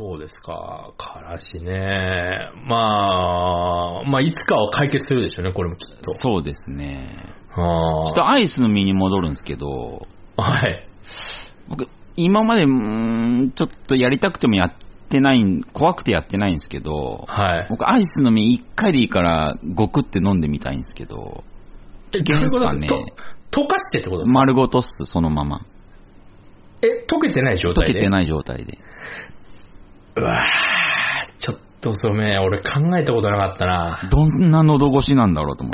そうですか。からしね。まあ、いつかは解決するでしょうね、これもきっと。 そうですね。ちちょょっとアイスの実に戻るんですけど、 はい。 僕、今まで、ちょっとやりたくてもやってない、怖くてやってないんですけど、 はい。 僕、アイスの実1回でいいから、ごくって飲んでみたいんですけど、危険ですかね。 溶かしてってことですか？ 丸ごとっす、そのまま。 溶けてない状態で？ 溶けてない状態で。 うわー、ちょっとそれ、俺考えたことなかったな。 どんな喉越しなんだろうと思って。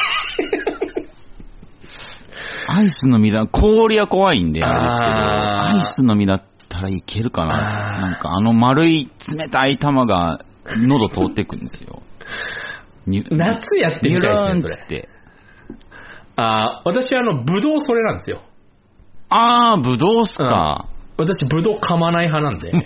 アイスの実だ、氷は怖いんであれですけど、アイスの実だったらいけるかな。なんか丸い冷たい玉が喉通ってくんですよ。 夏やってみたいですね、それ。 って私ぶどうそれなんですよ。 ぶどうっすか。 私、ぶどう噛まない派なんで。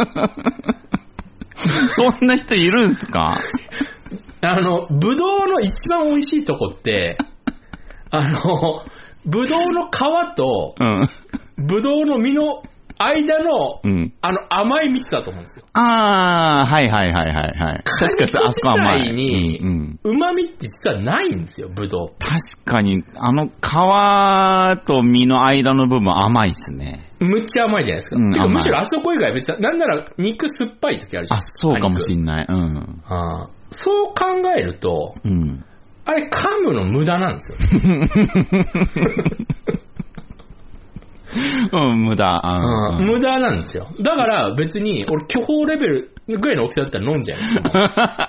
そんな人いるんすか？ ぶどうの一番美味しいとこって、ぶどうの皮と、ぶどうの実の間の、甘い蜜だと思うんですよ。 はいはいはいはいはい。確かにあそこ甘い。 に、旨味って実はないんですよ、ぶどう。 確かに、皮と実の間の部分甘いっすね。 むっちゃ甘いじゃないですか。てかむしろあそこ以外別に、なんなら肉酸っぱい時あるじゃないですか。 そうかもしんない。 そう考えると、あれ噛むの無駄なんですよ。 無駄。 無駄なんですよ。だから別に、俺巨峰レベルぐらいの大きさだったら飲んじゃうんです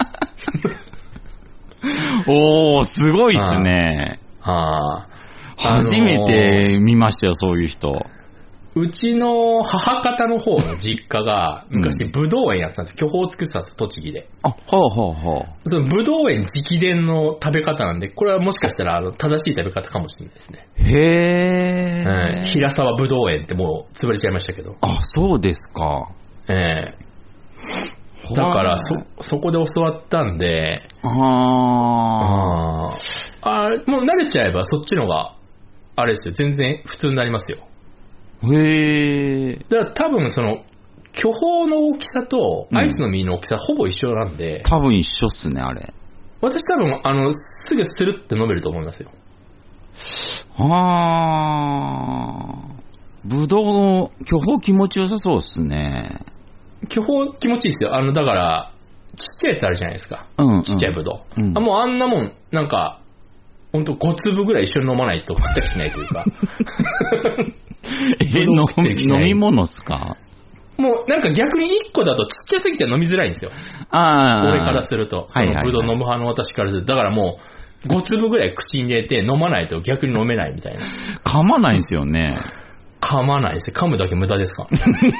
よ。すごいっすね。初めて見ましたよ、そういう人。 うちの母方の方の実家が昔ぶどう園やってたんです。巨峰作ってたんです、栃木で。そのぶどう園直伝の食べ方なんで、これはもしかしたら正しい食べ方かもしれないですね。 へー。 平沢ぶどう園ってもう潰れちゃいましたけど。 そうですか。 だからそこで教わったんで、もう慣れちゃえばそっちのがあれですよ、全然普通になりますよ。だから多分巨峰の大きさとアイスの実の大きさほぼ一緒なんで、 多分一緒っすね、あれ。 私多分すぐスルって飲めると思いますよ。 ぶどうの巨峰気持ちよさそうっすね。 巨峰気持ちいいですよ。だからちっちゃいやつあるじゃないですか。ちっちゃいぶどう。もうあんなもんなんかほんと5粒ぐらい一緒に飲まないと食ったりしないというか。 飲み物っすか？ もうなんか逆に1個だとちっちゃすぎて飲みづらいんですよ。俺からすると。ぶどう飲む派の私からすると。だからもう5粒ぐらい口に入れて飲まないと逆に飲めないみたいな。 噛まないんですよね。 噛まないです。噛むだけ無駄ですか？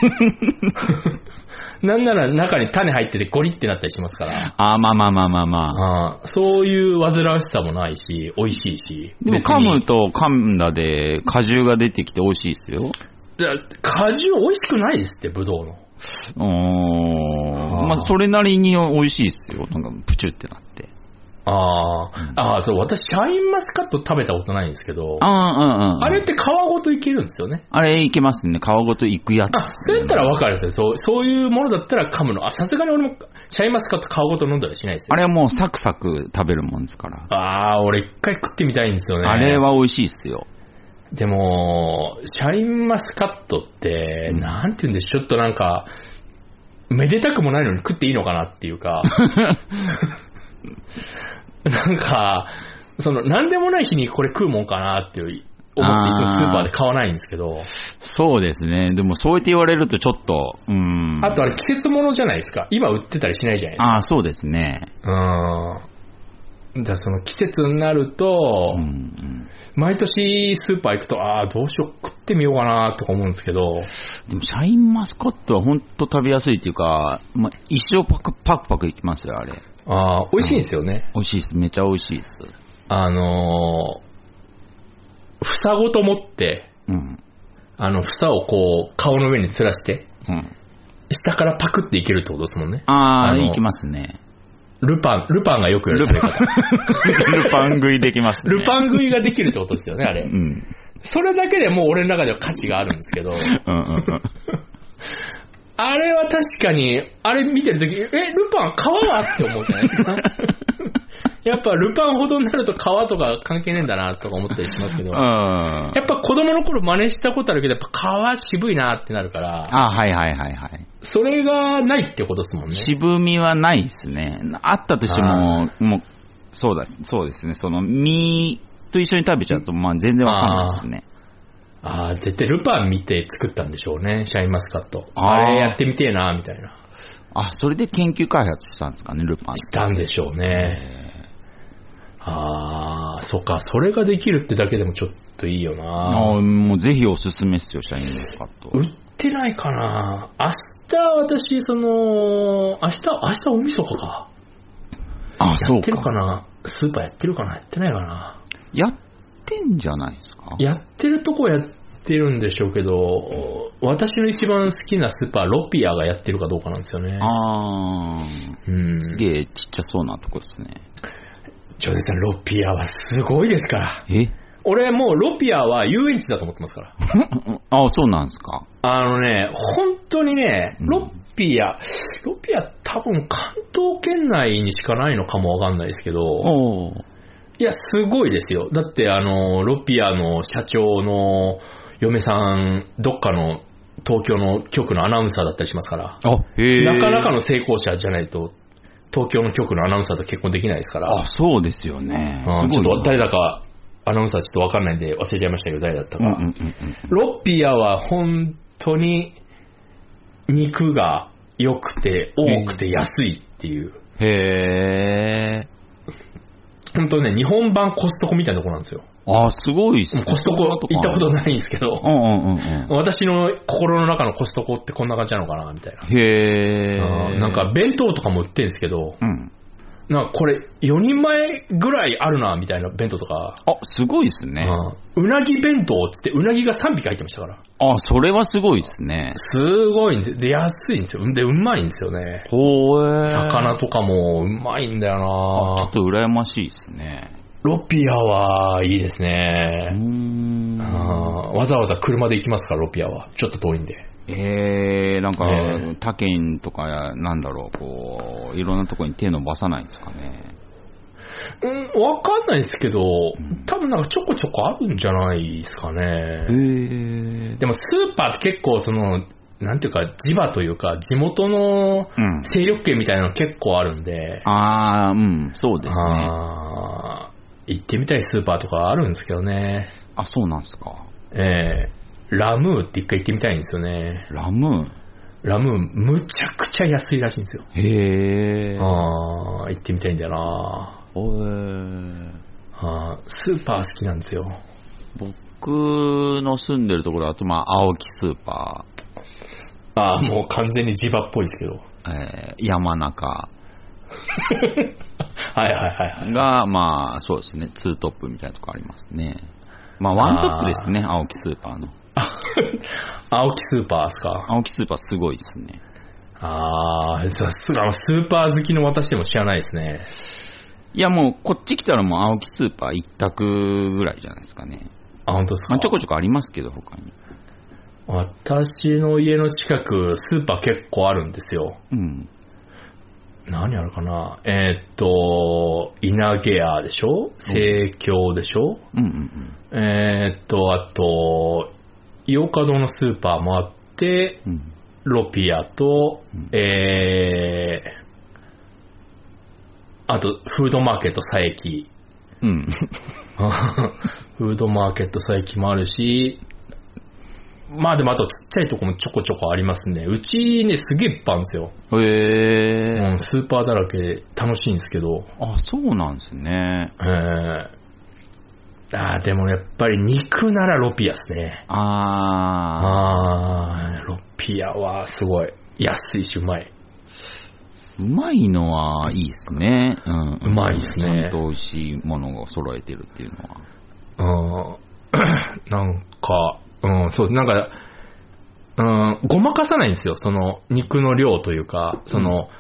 なんなら中に種入っててゴリってなったりしますから。そういう煩わしさもないし、美味しいし。 でも噛むと噛んだで果汁が出てきて美味しいですよ。 果汁美味しくないですって、ぶどうの。 それなりに美味しいですよ。なんかプチュってなって。 そう、私、シャインマスカット食べたことないんですけど、あれって皮ごといけるんですよね。 あれいけますね。皮ごといくやつ、 そうやったら分かるんですよ。そういうものだったら噛むの。さすがに俺もシャインマスカット皮ごと飲んだりしないですよ。 あれはもうサクサク食べるもんですから。 俺一回食ってみたいんですよね。 あれは美味しいですよ。 でも、シャインマスカットって、なんて言うんでしょ、ちょっとなんか、めでたくもないのに食っていいのかなっていうか、なんか、なんでもない日にこれ食うもんかなって思っていつもスーパーで買わないんですけど。 そうですね。でもそうやって言われるとちょっと、 あとあれ季節物じゃないですか。今売ってたりしないじゃないですか。 そうですね。 だから季節になると、毎年スーパー行くと、どうしよう食ってみようかなとか思うんですけど。 でもシャインマスカットは本当食べやすいっていうか、一生パクパクいきますよ、あれ。 美味しいんですよね。 美味しいです。めちゃ美味しいです。 房ごと持って、房をこう、顔の上に吊らして、下からパクっていけるってことですもんね。 いきますね。 ルパンがよくやる食べ方。 ルパン食いできますね。 ルパン食いができるってことですよね、あれ。それだけでもう俺の中では価値があるんですけど。 あれは確かに、あれ見てるとき、ルパン皮はって思うじゃないですか。やっぱルパンほどになると皮とか関係ねえんだなとか思ったりしますけど、やっぱ子供の頃真似したことあるけど、やっぱ皮渋いなってなるから、 はいはいはいはい。 それがないってことですもんね。 渋みはないですね。あったとしても、もう、そうですね。その、身と一緒に食べちゃうと、まあ全然わかんないですね。 絶対ルパン見て作ったんでしょうね、シャインマスカット。あれやってみてえな、みたいな。 それで研究開発したんですかね、ルパン。 したんでしょうね。そっか、それができるってだけでもちょっといいよな。 もうぜひおすすめっすよ、シャインマスカット。 売ってないかな。明日私、明日おみそか。そうか。やってるかな。スーパーやってるかな、やってないかな。 やってんじゃないですか。 やってるとこやってるんでしょうけど、私の一番好きなスーパー、ロピアがやってるかどうかなんですよね。すげえちっちゃそうなとこですね。 ジョネさん、ロピアはすごいですから。俺もうロピアは遊園地だと思ってますから。 そうなんですか。 本当にね、ロピア多分関東圏内にしかないのかもわかんないですけど、いや、すごいですよ。だって、ロピアの社長の嫁さん、どっかの東京の局のアナウンサーだったりしますから、なかなかの成功者じゃないと、東京の局のアナウンサーと結婚できないですから。そうですよね。ちょっと誰だか、アナウンサーちょっとわかんないんで忘れちゃいましたけど、誰だったか。ロピアは本当に肉が良くて、多くて安いっていう。本当ね、日本版コストコみたいなところなんですよ。すごいっすね。コストコ行ったことないんですけど、私の心の中のコストコってこんな感じなのかなみたいな。なんか弁当とかも売ってるんですけど、なんかこれ4人前ぐらいあるなみたいな弁当とか。すごいですね。うなぎ弁当ってうなぎが3匹入ってましたから。それはすごいですね。すごいんです。で、安いんですよ。で、うまいんですよね。魚とかもうまいんだよな。ちょっと羨ましいですね。ロピアはいいですね。わざわざ車で行きますから、ロピアは。ちょっと遠いんで。なんか、他県とか、なんだろう、こう、いろんなところに手伸ばさないんですかね。わかんないですけど、多分なんかちょこちょこあるんじゃないですかね。でもスーパーって結構なんていうか、地場というか、地元の勢力圏みたいなの結構あるんで。そうですね。行ってみたいスーパーとかあるんですけどね。そうなんですか。ラムーって一回行ってみたいんですよね。ラムーむちゃくちゃ安いらしいんですよ。行ってみたいんだよな。スーパー好きなんですよ。僕の住んでるところだと、青木スーパー。もう完全に地場っぽいですけど。山中。が、そうですね、ツートップみたいなとこありますね。ワントップですね、青木スーパーの。青木スーパーですか。青木スーパーすごいですね。スーパー好きの私でも知らないですね。いや、もうこっち来たらもう青木スーパー一択ぐらいじゃないですかね。本当ですか。ちょこちょこありますけど、他に。私の家の近くスーパー結構あるんですよ。何あるかな。稲毛屋でしょ、生協でしょ、あと洋華堂のスーパーもあって、ロピアと、あとフードマーケット佐伯、フードマーケット佐伯もあるし、でもあとちっちゃいとこもちょこちょこありますね。うちね、すげえいっぱいあるんですよ。スーパーだらけで楽しいんですけど。そうなんですね。でもやっぱり肉ならロピアですね。ロピアはすごい安いしうまい。うまいのはいいですね。うまいですね。ちゃんと美味しいものを揃えてるっていうのは。なんか、そうです。なんか、ごまかさないんですよ。その肉の量というか、プ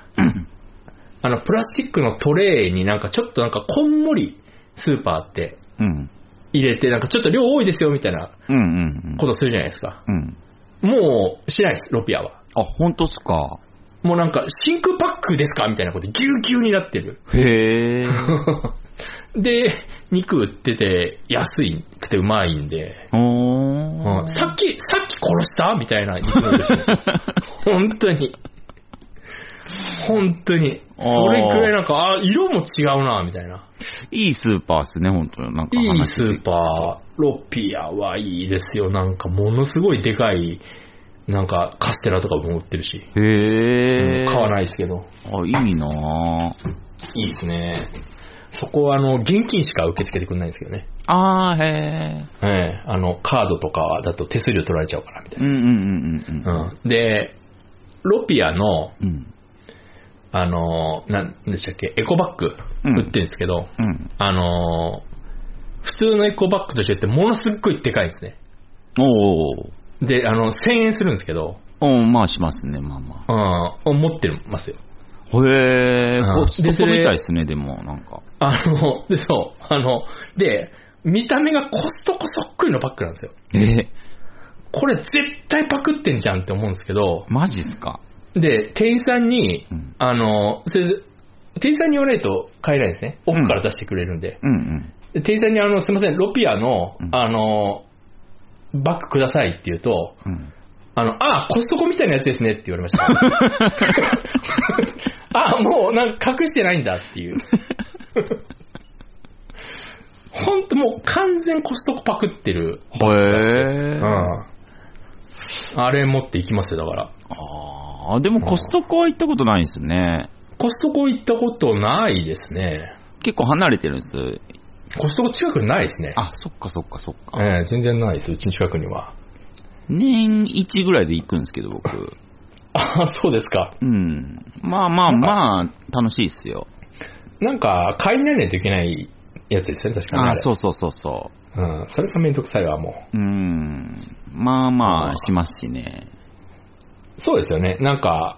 ラスチックのトレイになんかちょっとなんかこんもりスーパーって入れて、なんかちょっと量多いですよみたいなことするじゃないですか。もうしないです、ロピアは。 あ、本当っすか。 もうなんか、真空パックですかみたいなことでギュウギュウになってる。 へー。 で、肉売ってて安くてうまいんで、さっき殺したみたいな肉のですよ。本当に。本当に。それくらいなんか、色も違うな、みたいな。 いいスーパーっすね、本当に。なんかいいスーパー、ロピアはいいですよ。なんかものすごいでかい、なんかカステラとかも売ってるし。 へー。 買わないですけど。 いいなぁ。 いいですね。そこは現金しか受け付けてくれないんですけどね。 へー。 カードとかだと手数料取られちゃうからみたいな。で、ロピアの、なんでしたっけ、エコバッグ売ってるんですけど、普通のエコバッグと違ってものすっごいでかいんですね。で、1000円するんですけど。 まあしますね、まあまあ。持ってますよ。 へー。コストコみたいですね、でも、なんか。 で、そう。で、見た目がコストコそっくりのバッグなんですよ。これ絶対パクってんじゃんって思うんですけど。 マジっすか。 で、店員さんに、店員さんに言わないと買えないんですね。奥から出してくれるんで。で店員さんにすいません、ロピアの、バッグくださいって言うと、コストコみたいなやつですねって言われました。もうなんか隠してないんだっていう。ほんともう完全コストコパクってる。あれ持って行きますよ、だから。 でもコストコは行ったことないんですね。 コストコ行ったことないですね。 結構離れてるんです。 コストコ近くにないですね。 そっか。 全然ないです、うちの近くには。 年1ぐらいで行くんですけど、僕。 そうですか。 まあ、楽しいっすよ。 なんか、買いにならないといけないやつですよね、確かに。 そう。 それがめんどくさいわ、もう。 まあ、しますしね。 そうですよね。なんか、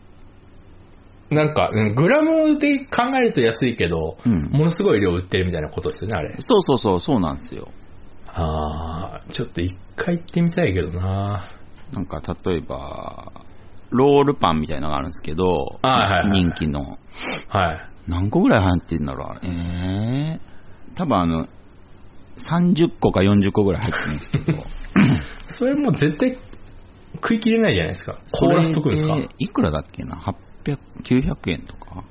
グラムで考えると安いけど、ものすごい量売ってるみたいなことですよね、あれ。 そうなんですよ。 ちょっと一回行ってみたいけどな。 なんか、例えば、ロールパンみたいなのがあるんですけど、人気の。何個ぐらい入ってるんだろう、多分30個か40個ぐらい入ってるんですけど。 それもう絶対食い切れないじゃないですか。凍らせとくんですか。 いくらだっけな、800、900円とか。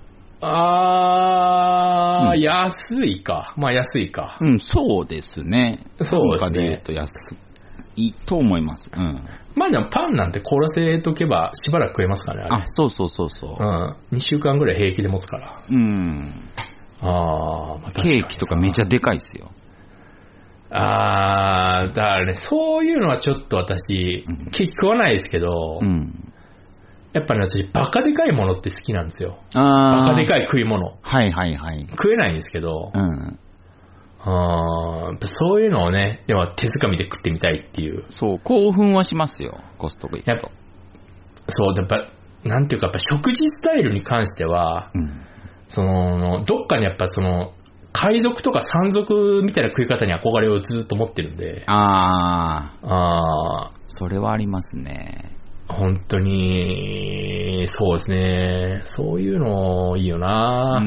安いか。まあ安いか。 そうですね。 そうですね。 で言うと安いと思います。 まあでもパンなんて凍らせとけばしばらく食えますからね、あれ。 そう。 2週間ぐらい平気で持つから。 ケーキとかめちゃでかいっすよ。 だからね、そういうのはちょっと私、ケーキ食わないですけど、やっぱね、私、バカでかいものって好きなんですよ。バカでかい食い物。食えないんですけど、そういうのをね、でも手づかみで食ってみたいっていう。 そう、興奮はしますよ、コストコ行くと。 そう、やっぱ、なんていうか、やっぱ食事スタイルに関しては、どっかにやっぱ海賊とか山賊みたいな食い方に憧れをずっと持ってるんで。 それはありますね。 本当に、そうですね。そういうのいいよな。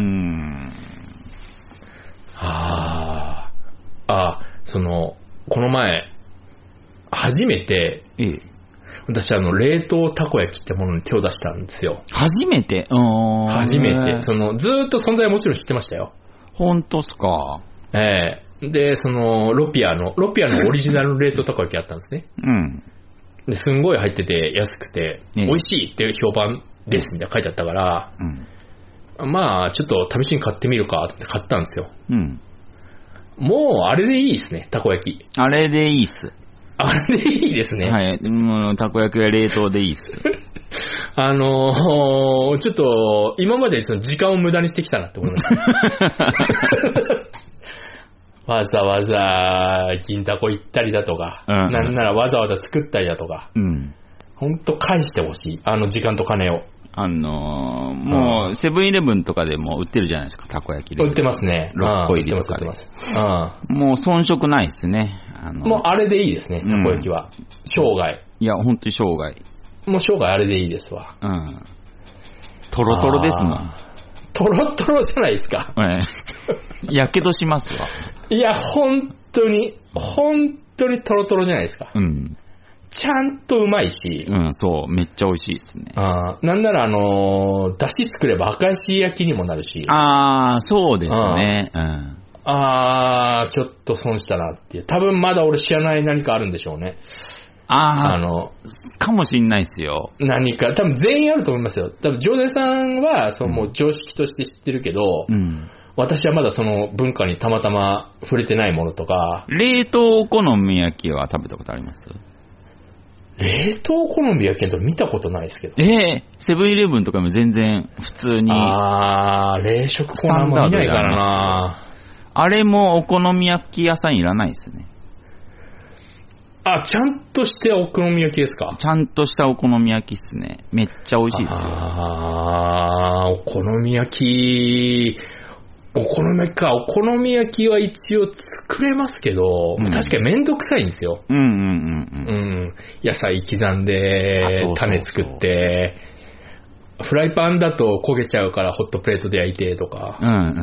この前、初めて、私冷凍たこ焼きってものに手を出したんですよ。 初めて。 初めて。ずーっと存在はもちろん知ってましたよ。 本当っすか。 で、ロピアのオリジナルの冷凍たこ焼きあったんですね。ですんごい入ってて安くて、美味しいって評判ですみたいな書いてあったから、まあちょっと試しに買ってみるかって買ったんですよ。もうあれでいいですね、たこ焼き。 あれでいいっす。 あれでいいですね。 たこ焼きは冷凍でいいっす。 ちょっと今まで時間を無駄にしてきたなって思いました。わざわざ銀だこ行ったりだとか、なんならわざわざ作ったりだとか、ほんと返してほしい、時間と金を。 もうセブンイレブンとかでも売ってるじゃないですか、たこ焼きで。 売ってますね。 6個入りとかで。もう遜色ないですね。 もうあれでいいですね、たこ焼きは。生涯。 いや、ほんとに生涯。 もう生涯あれでいいですわ。 うん。トロトロですもん。 トロトロじゃないですか。 やけどしますわ。 いや、本当にトロトロじゃないですか。 うん。 ちゃんとうまいし。 うん、そう、めっちゃ美味しいですね。 なんならだし作れば赤石焼きにもなるし。 そうですね。うん。 ちょっと損したなっていう。多分まだ俺知らない何かあるんでしょうね。 かもしんないっすよ。 何か、多分全員あると思いますよ。多分、ジョーネさんは、もう常識として知ってるけど、私はまだその文化にたまたま触れてないものとか。 冷凍お好み焼きは食べたことあります？ 冷凍お好み焼きと見たことないですけど。 セブンイレブンとかも全然普通に。 冷食コーナーも見ないからな。 あれもお好み焼き屋さんいらないですね。 ちゃんとしてお好み焼きですか？ ちゃんとしたお好み焼きっすね。めっちゃ美味しいですよ。 お好み焼きは一応作れますけど、確かにめんどくさいんですよ。野菜刻んで、種作って、フライパンだと焦げちゃうからホットプレートで焼いてとか。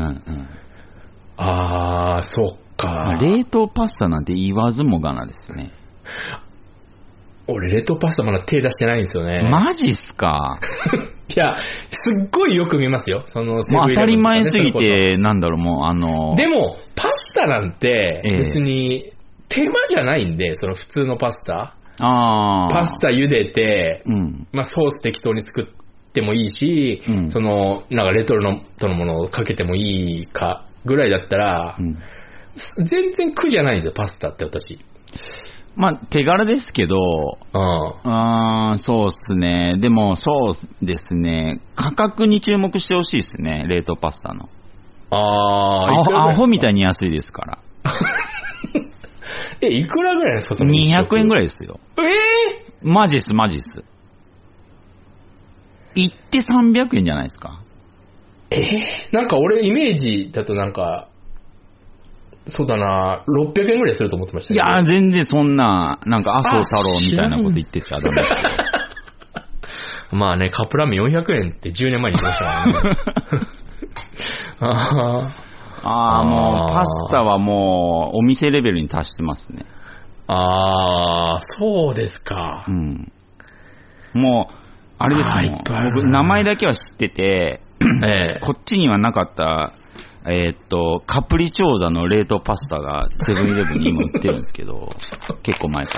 そっか。 冷凍パスタなんて言わずもがなですね。 俺、冷凍パスタまだ手出してないんですよね。 マジっすか？ いや、すっごいよく見ますよ。 当たり前すぎて、なんだろう、もうでも、パスタなんて、別に、手間じゃないんで、その普通のパスタ。パスタ茹でて、ソース適当に作ってもいいし、なんかレトルトのものをかけてもいいか、ぐらいだったら、全然苦じゃないんですよ、パスタって私。 手軽ですけど、そうっすね。でも、そうですね。価格に注目してほしいですね、冷凍パスタの。アホみたいに安いですから。 いくらぐらいですか？ 200 円ぐらいですよ。マジっす。行って300円じゃないですか。 なんか俺イメージだとなんか、そうだな、600円ぐらいすると思ってましたけど。 いや、全然そんな、なんか麻生太郎みたいなこと言ってちゃダメですよ。 まあね、カップラーメン400円って10年前に言ってましたからね。 もうパスタはもうお店レベルに達してますね。 そうですか。 もう、あれですもん。僕、名前だけは知ってて、こっちにはなかった、カプリチョーザの冷凍パスタがセブンイレブンに今売ってるんですけど、結構前から。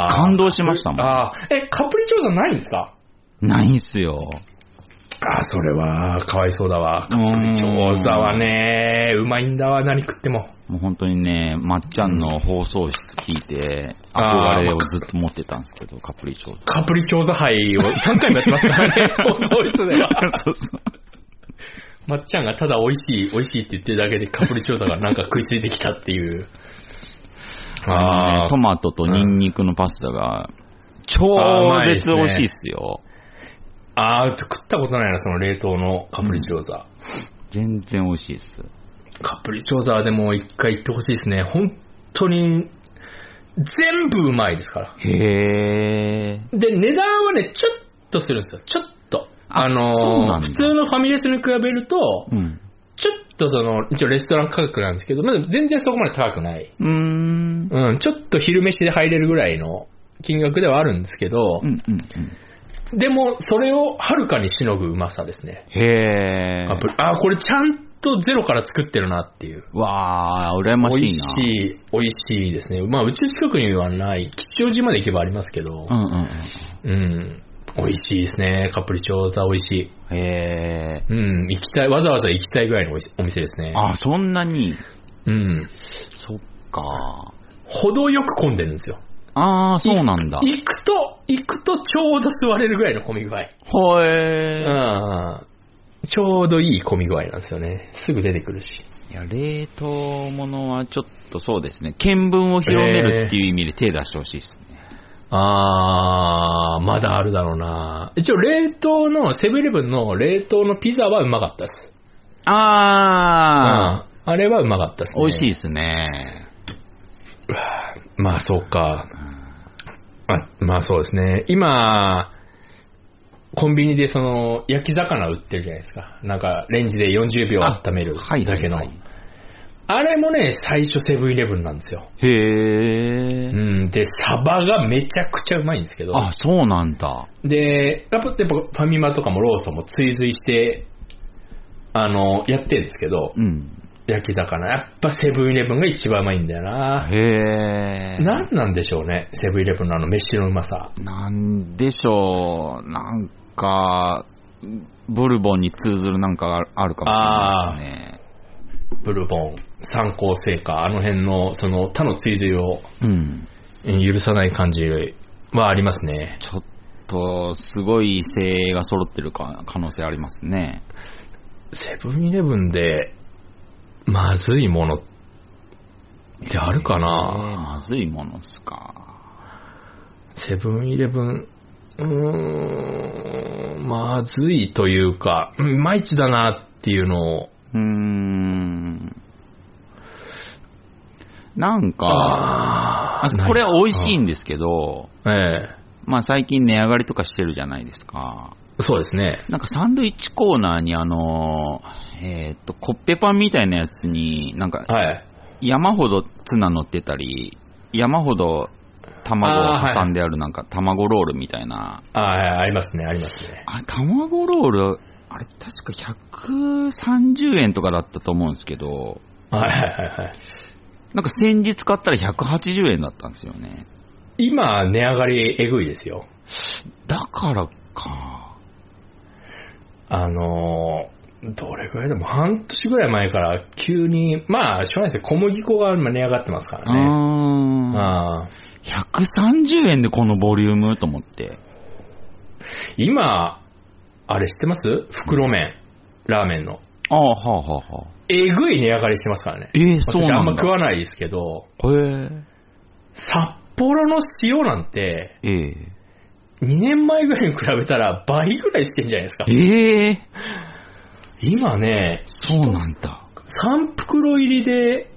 感動しましたもん。 カプリチョーザないんですか？ ないんすよ。 それは、かわいそうだわ。カプリチョーザはね、うまいんだわ、何食っても。 もう本当にね、まっちゃんの放送室聞いて、憧れをずっと持ってたんですけど、カプリチョーザ。 カプリチョーザ杯を3回もやってますからね、放送室では。まっちゃんがただ美味しいって言ってるだけでカプリチョーザがなんか食いついてきたっていう。 トマトとニンニクのパスタが超絶美味しいっすよ。 食ったことないな、その冷凍のカプリチョーザ。 全然美味しいです。 カプリチョーザでも一回行ってほしいですね。本当に全部うまいですから。で、値段はね、ちょっとするんですよ。ちょっと。普通のファミレスに比べると、ちょっと一応レストラン価格なんですけど、全然そこまで高くない。ちょっと昼飯で入れるぐらいの金額ではあるんですけど、でも、それをはるかにしのぐうまさですね。これちゃんとゼロから作ってるなっていう。 わー、羨ましいな。 美味しいですね。うち近くにはない、吉祥寺まで行けばありますけど、美味しいですね。カプリチョーザ美味しい。行きたい、わざわざ行きたいぐらいのお店ですね。 そんなに。 そっか。 程よく混んでるんですよ。 そうなんだ。 行くとちょうど座れるぐらいの混み具合。ちょうどいい混み具合なんですよね。すぐ出てくるし。 いや、冷凍物はちょっとそうですね。見聞を広めるっていう意味で手出してほしいですね。 まだあるだろうな。一応冷凍の、セブンイレブンの冷凍のピザはうまかったです。あれはうまかったですね。 美味しいですね。 そうか。 まあそうですね。今、コンビニでその焼き魚売ってるじゃないですか。なんかレンジで40秒温めるだけの。あれもね、最初セブンイレブンなんですよ。 へー。 うん。で、サバがめちゃくちゃうまいんですけど。 あ、そうなんだ。 で、やっぱファミマとかもローソンも追随して、やってるんですけど、うん、焼き魚。やっぱセブンイレブンが一番うまいんだよな。 へー。 なんなんでしょうね、セブンイレブンの飯のうまさ。 なんでしょう、なんか、ブルボンに通ずるなんかあるかもしれないですね。 ブルボン、三幸製菓、あの辺のその他の追随を許さない感じはありますね。 ちょっとすごい精鋭が揃ってる可能性ありますね。 セブンイレブンでまずいものってあるかな。 まずいものっすか。 セブンイレブン、まずいというか、いまいちだなっていうのを。 なんか、これは美味しいんですけど、まあ最近値上がりとかしてるじゃないですか。 そうですね。 なんかサンドイッチコーナーにコッペパンみたいなやつに、なんか、山ほどツナ乗ってたり、山ほど卵を挟んであるなんか卵ロールみたいな。 ありますね、ありますね。 卵ロール、あれ確か130円とかだったと思うんですけど、なんか先日買ったら180円だったんですよね。 今値上がりえぐいですよ。 だからか。 どれぐらいでも半年ぐらい前から急に、まあしょうがないですよ、小麦粉が今値上がってますからね。 130円でこのボリュームと思って。 今あれ知ってます？袋麺、ラーメンの。えぐい値上がりしてますからね。 そうなんだ。 私あんま食わないですけど。札幌の塩なんて、2年前ぐらいに比べたら倍ぐらいしてんじゃないですか。今ね、 そうなんだ。 3袋入りで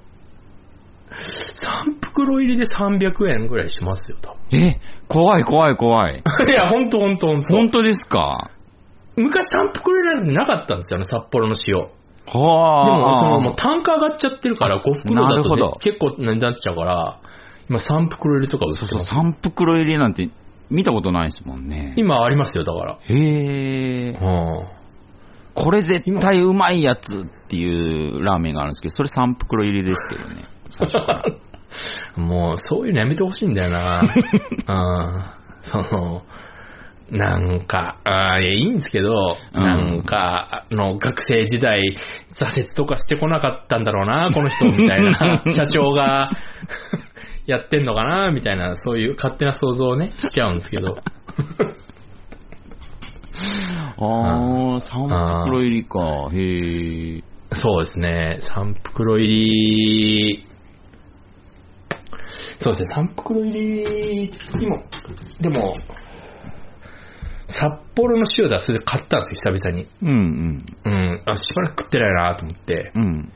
300円ぐらいしますよ、多分。 怖い。いや、ほんと。 本当ですか？ 昔3袋入りなんてなかったんですよね、札幌の塩。でももう単価上がっちゃってるから5袋だと結構値段になっちゃうから、今3袋入りとか売ってます。 3袋入りなんて見たことないですもんね。 今ありますよ、だから。 これ絶対うまいやつっていうラーメンがあるんですけど、それ3袋入りですけどね、最初からもうそういうのやめてほしいんだよな。なんか、いいんですけど、なんか、学生時代、挫折とかしてこなかったんだろうな、この人、みたいな、社長が、やってんのかな、みたいな、そういう勝手な想像をね、しちゃうんですけど。 3袋入りか、 そうですね、3袋入り、そうですね、3袋入り、でも、札幌の塩だ、それで買ったんですよ、久々に。しばらく食ってないなと思って。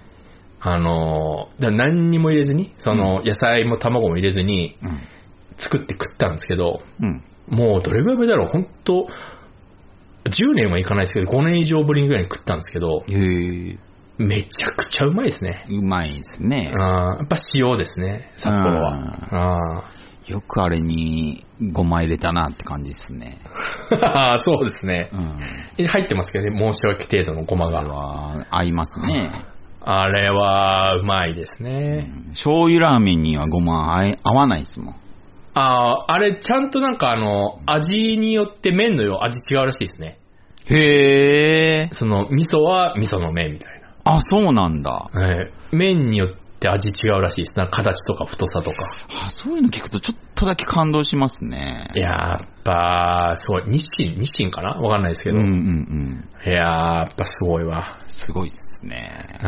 何にも入れずに、野菜も卵も入れずに、作って食ったんですけど、もうどれぐらい前だろう、本当10年はいかないですけど、5年以上ぶりぐらいに食ったんですけど、めちゃくちゃうまいですね。 うまいですね。 やっぱ塩ですね、札幌は。 よくあれにごま入れたなって感じですね。 そうですね。入ってますけどね、申し訳程度のごまが。 合いますね。 あれはうまいですね。 醤油ラーメンにはごま合わないですもん。 あれちゃんとなんか味によって麺の味違うらしいですね。 味噌は味噌の麺みたいな。そうなんだ。 麺によって味違うらしいです。なんか形とか太さとか。 そういうの聞くとちょっとだけ感動しますね。 やっぱ、すごい。日清かなわかんないですけど。やっぱすごいわ。 すごいっすね。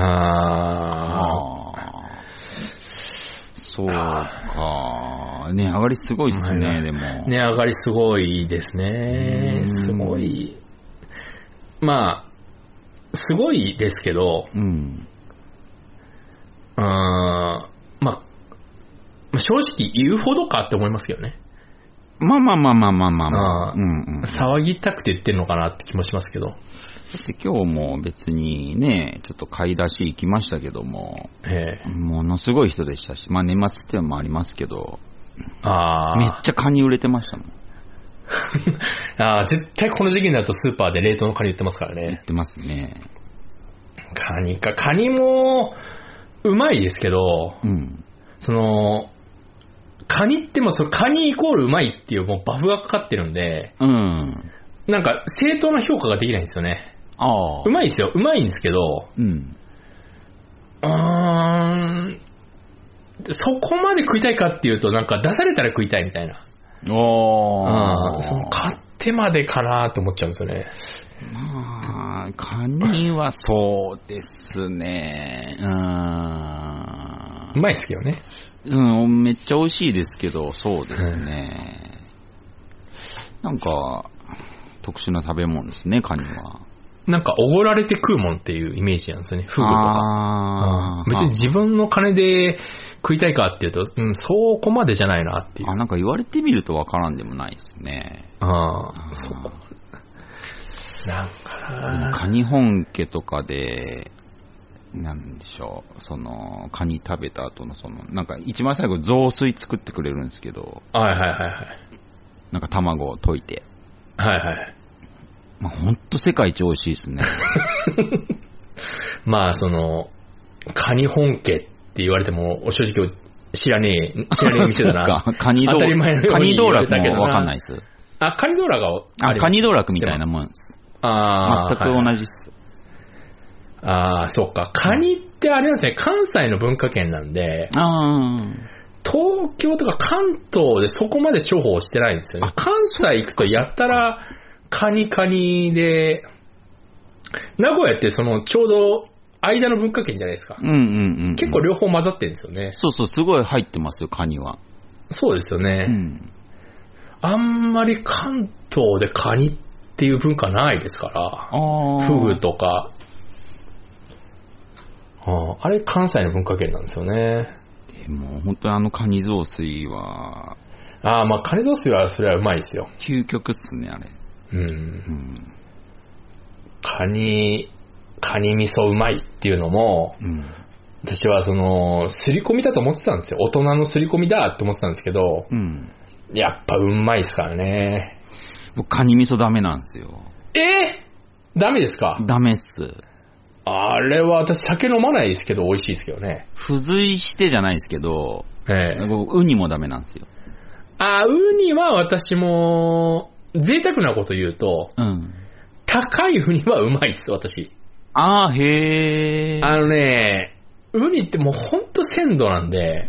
そうか。値上がりすごいっすね、でも。 値上がりすごいですね。すごい。まあ、すごいですけど、まあ、正直言うほどかって思いますけどね。 まあ。 騒ぎたくて言ってるのかなって気もしますけど。だって今日も別にね、ちょっと買い出し行きましたけども、ものすごい人でしたし、まあ年末っていうのもありますけど、めっちゃカニ売れてましたもん。 絶対この時期になるとスーパーで冷凍のカニ売ってますからね。 売ってますね。 カニもうまいですけど、カニってもカニイコールうまいっていうもうバフがかかってるんで、なんか正当な評価ができないんですよね。うまいですよ。うまいんですけど、そこまで食いたいかっていうと、なんか出されたら食いたいみたいな。買ってまでかなって思っちゃうんですよね。 まあ、カニはそうですね。 うまいですけどね。 めっちゃ美味しいですけど、そうですね。なんか、特殊な食べ物ですね、カニは。 なんか、おごられて食うもんっていうイメージなんですよね、フグとか。別に自分の金で食いたいかっていうと、そこまでじゃないなっていう。 なんか言われてみるとわからんでもないですね。 そう。なんかな。 カニ本家とかで、なんでしょう、カニ食べた後のなんか一番最後雑炊作ってくれるんですけど、なんか卵を溶いて。まあ、ほんと世界一美味しいですね。 まあ、カニ本家って言われても、正直知らねえ店だな。 カニ当たり前のようにカニ道楽もわかんないです。 カニ道楽がカニ道楽みたいなもんです。全く同じです。 そうか。カニってあれなんですね、関西の文化圏なんで、東京とか関東でそこまで重宝してないんですよね。関西行くとやったらカニで、名古屋ってちょうど間の文化圏じゃないですか。結構両方混ざってるんですよね。 そう、すごい入ってますよ、カニは。 そうですよね。あんまり関東でカニっていう文化ないですから、フグとか。あれ関西の文化圏なんですよね。 でも本当にカニ雑炊は、 まあカニ雑炊はそれはうまいですよ。 究極っすね、あれ。 カニ味噌うまいっていうのも、私はすり込みだと思ってたんですよ。大人のすり込みだって思ってたんですけど、やっぱうまいですからね。 僕カニ味噌ダメなんですよ。 ダメですか？ ダメっす。 あれは私酒飲まないですけど美味しいですけどね。 付随してじゃないですけど、ウニもダメなんですよ。 ウニは私も贅沢なこと言うと、高いウニはうまいです、私。 へー。 ウニってもうほんと鮮度なんで、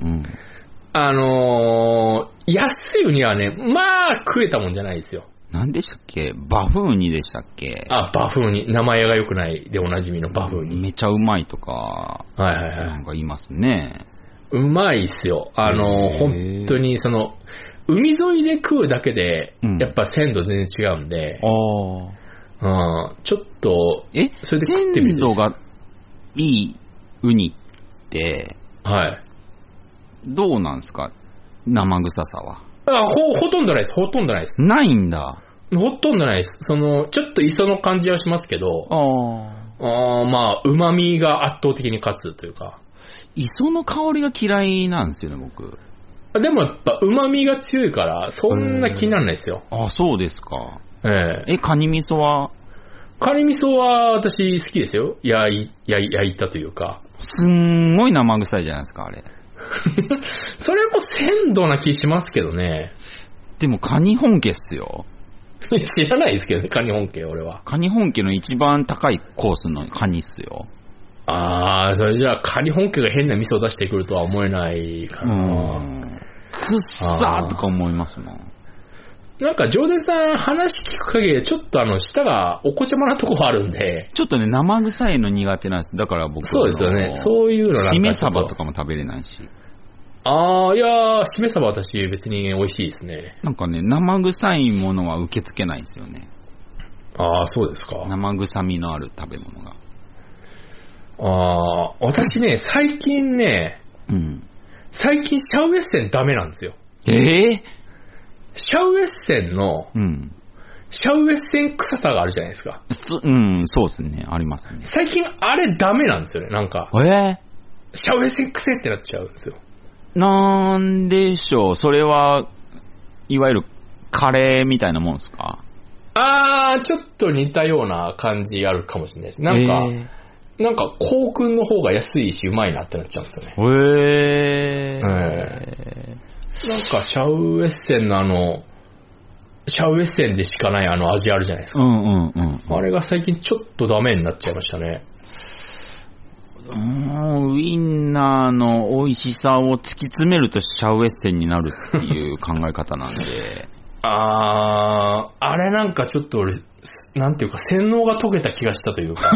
安いウニはね、まあ食えたもんじゃないですよ。 何でしたっけ？バフウニでしたっけ？ バフウニ。名前が良くないでおなじみのバフウニ。 めちゃうまいとか、なんか言いますね。 うまいっすよ。本当に海沿いで食うだけで、やっぱ鮮度全然違うんで、ちょっと、それで食ってみて。 鮮度がいいウニって、どうなんですか？生臭さは。 ほとんどないです。ほとんどないです。 ないんだ。 ほとんどないです。ちょっと磯の感じはしますけど、まあ、旨味が圧倒的に勝つというか。 磯の香りが嫌いなんですよね、僕。 でもやっぱ旨味が強いから、そんな気にならないですよ。 そうですか。カニ味噌は？ カニ味噌は私好きですよ。焼いたというか。 すんごい生臭いじゃないですか、あれ。 それも鮮度な気しますけどね。 でもカニ本家っすよ。 知らないですけどね、カニ本家、俺は。 カニ本家の一番高いコースのカニっすよ。 それじゃあカニ本家が変な味噌を出してくるとは思えないかな。 くっさーとか思いますもん。 なんか、ジョーデンさん話聞く限り、ちょっと舌がおこちゃまなとこあるんで。 ちょっとね、生臭いの苦手なんです。だから僕そうですよね。そういうのなんか。 しめ鯖とかも食べれないし。 いやー、しめ鯖私別に美味しいですね。 なんかね、生臭いものは受け付けないんですよね。 そうですか。 生臭みのある食べ物が。 私ね、最近シャウエッセンダメなんですよ。 シャウエッセンの、シャウエッセン臭さがあるじゃないですか。 そうですね。ありますね。 最近あれダメなんですよね、なんか。シャウエッセン臭ってなっちゃうんですよ。 なんでしょう、それは、いわゆるカレーみたいなもんですか？ ちょっと似たような感じあるかもしれないです。なんか、コウ君の方が安いし、うまいなってなっちゃうんですよね。なんか、シャウエッセンのシャウエッセンでしかない味あるじゃないですか。あれが最近ちょっとダメになっちゃいましたね。 ウインナーの美味しさを突き詰めるとシャウエッセンになるっていう考え方なんで。 あれなんかちょっと俺、なんていうか洗脳が解けた気がしたというか。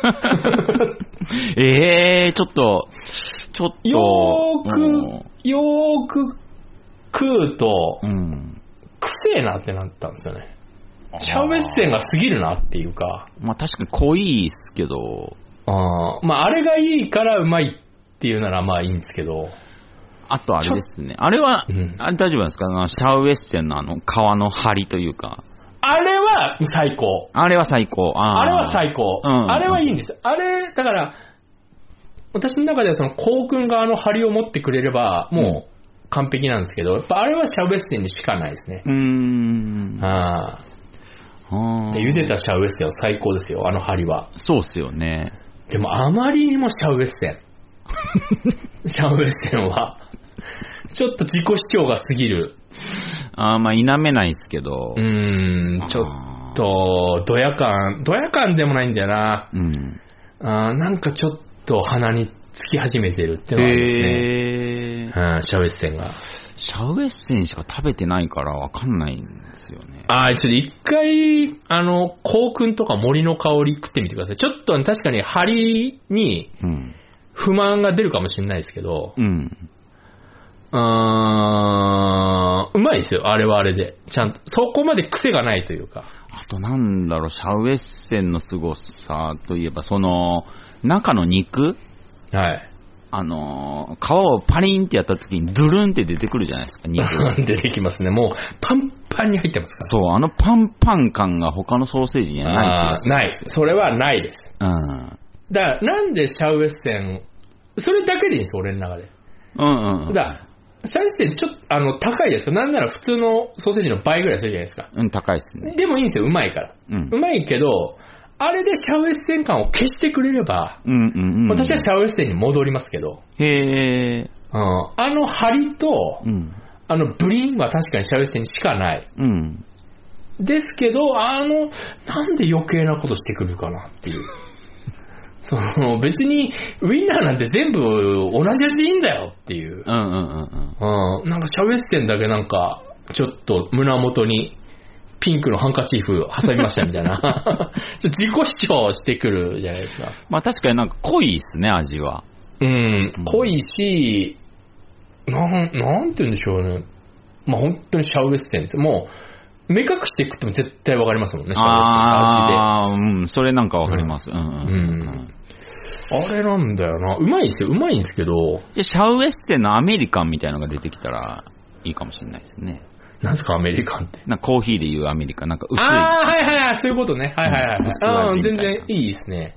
ちょっと。 よーく食うと、くせえなってなったんですよね。シャウエッセンが過ぎるなっていうか。 まあ確かに濃いっすけど。 あれがいいからうまいっていうならまあいいんですけど。 あとあれですね。あれは、大丈夫ですか？シャウエッセンの皮の張りというか。 あれは最高。 あれは最高。 あれは最高。あれはいいんです。あれ、だから、私の中ではそのコウ君が張りを持ってくれれば、もう完璧なんですけど、やっぱあれはシャウエッセンにしかないですね。で茹でたシャウエッセンは最高ですよ、張りは。 そうっすよね。 でもあまりにもシャウエッセン。シャウエッセンは、ちょっと自己主張が過ぎる。 まあ否めないですけど。 ちょっと、ドヤ感でもないんだよな。なんかちょっと鼻につき始めてるっていうのはありますね。シャウエッセンが。 シャウエッセンしか食べてないから分かんないんですよね。 ちょっと一回、コウ君とか森の香り食ってみてください。ちょっと確かに張りに不満が出るかもしれないですけど、うまいですよ、あれはあれで。ちゃんと、そこまで癖がないというか。 あとなんだろう、シャウエッセンの凄さといえば、その、中の肉？ はい。 皮をパリンってやった時にドゥルンって出てくるじゃないですか、肉が。 出てきますね。もうパンパンに入ってますから。 そう、パンパン感が他のソーセージにはない。 ない。それはないです。だからなんでシャウエッセン、それだけでいいんです、俺の中で。だからシャウエッセンちょっと高いですよ。なんなら普通のソーセージの倍ぐらいするじゃないですか。 高いですね。 でもいいんですよ、うまいから。うまいけど、あれでシャウエッセン感を消してくれれば、私はシャウエッセンに戻りますけど、張りと、ブリンは確かにシャウエッセンにしかない。ですけど、なんで余計なことしてくるかなっていう。別にウインナーなんて全部同じ味でいいんだよっていう。なんかシャウエッセンだけなんかちょっと胸元にピンクのハンカチーフ挟みましたみたいな自己主張してくるじゃないですか。 まあ確かになんか濃いですね、味は。 濃いし、なんて言うんでしょうね。まあ本当にシャウエッセンですよ。もう目隠して食っても絶対わかりますもんね、シャウエッセンの味で。 それなんかわかります。 あれなんだよな。うまいんですよ。うまいんですけど。 シャウエッセンのアメリカンみたいなのが出てきたらいいかもしれないですね。 なんすかアメリカンって。 なんかコーヒーでいうアメリカン。なんか薄い。 そういうことね。全然いいですね。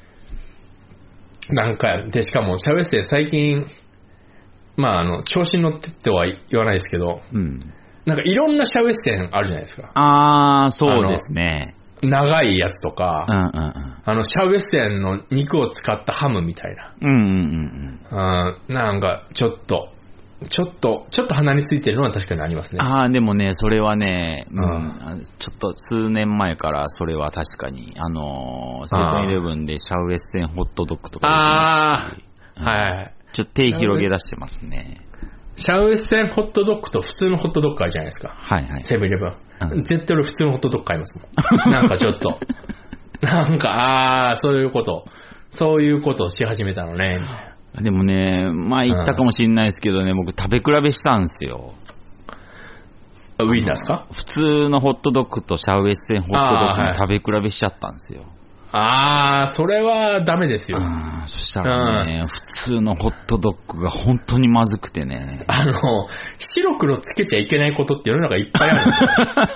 なんか、で、しかもシャウエッセン最近、まあ調子に乗ってっては言わないですけど、なんかいろんなシャウエッセンあるじゃないですか。 そうですね。 長いやつとか、シャウエッセンの肉を使ったハムみたいな。なんかちょっと鼻についてるのは確かにありますね。 でもね、それはね、ちょっと数年前からそれは確かに、セブンイレブンでシャウエッセンホットドッグとかちょっと手広げ出してますね。 シャウエッセンホットドッグと普通のホットドッグあるじゃないですか。セブンイレブン。絶対俺普通のホットドッグ買いますもん。なんかちょっと。なんか、そういうことをし始めたのね。 でもね、言ったかもしれないですけどね、僕食べ比べしたんですよ。 ウィンナーですか？ 普通のホットドッグとシャウエッセンホットドッグの食べ比べしちゃったんですよ。 それはダメですよ。 そしたらね、普通のホットドッグが本当にまずくてね。 白黒つけちゃいけないことって世の中いっぱいあるんですよ。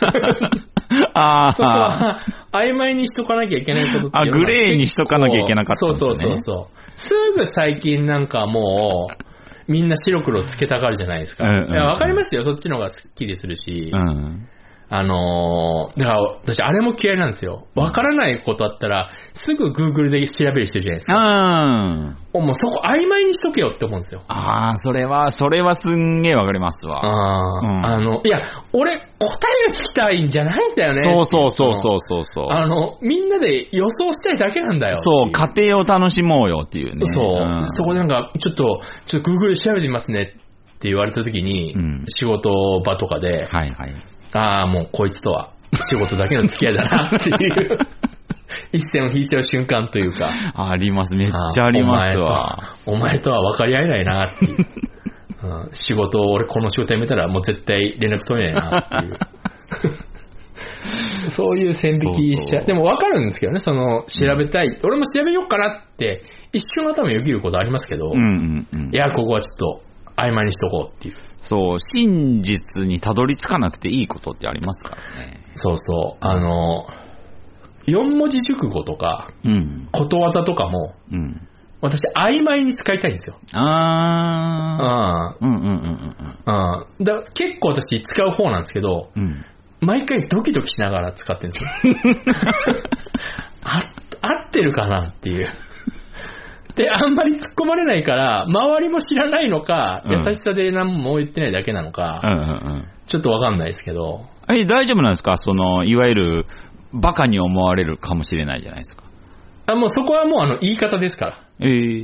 そこは曖昧にしとかなきゃいけないことってグレーにしとかなきゃいけなかったんですね。 そう。すぐ最近なんかもう、みんな白黒つけたがるじゃないですか。わかりますよ、そっちの方がスッキリするし。だから私あれも嫌いなんですよ。わからないことあったらすぐ Google で調べる人いるじゃないですか。もうそこ曖昧にしとけよって思うんですよ。 それはすんげえわかりますわ。 いや、俺答えが聞きたいんじゃないんだよね。 そう。 みんなで予想したいだけなんだよ。 そう、家庭を楽しもうよっていうね。 そこでなんかちょっと Google で調べてみますねって言われた時に、仕事場とかで。もうこいつとは仕事だけの付き合いだなっていう一線を引いちゃう瞬間というか。 あります、めっちゃありますわ。 お前とは分かり合えないなっていう。仕事を俺この仕事辞めたらもう絶対連絡取れないなっていう。そういう線引きしちゃう。でも分かるんですけどね、調べたい。俺も調べようかなって一瞬頭によぎることありますけど、いや、ここはちょっと曖昧にしとこうっていう。 そう、真実にたどり着かなくていいことってありますからね。 4文字熟語とか、ことわざとかも、私曖昧に使いたいんですよ。だから結構私使う方なんですけど、毎回ドキドキしながら使ってるんですよ。合ってるかなっていう。で、あんまり突っ込まれないから、周りも知らないのか、優しさで何も言ってないだけなのか、ちょっとわかんないですけど。 大丈夫なんですか？いわゆる、バカに思われるかもしれないじゃないですか。 もうそこはもう言い方ですから。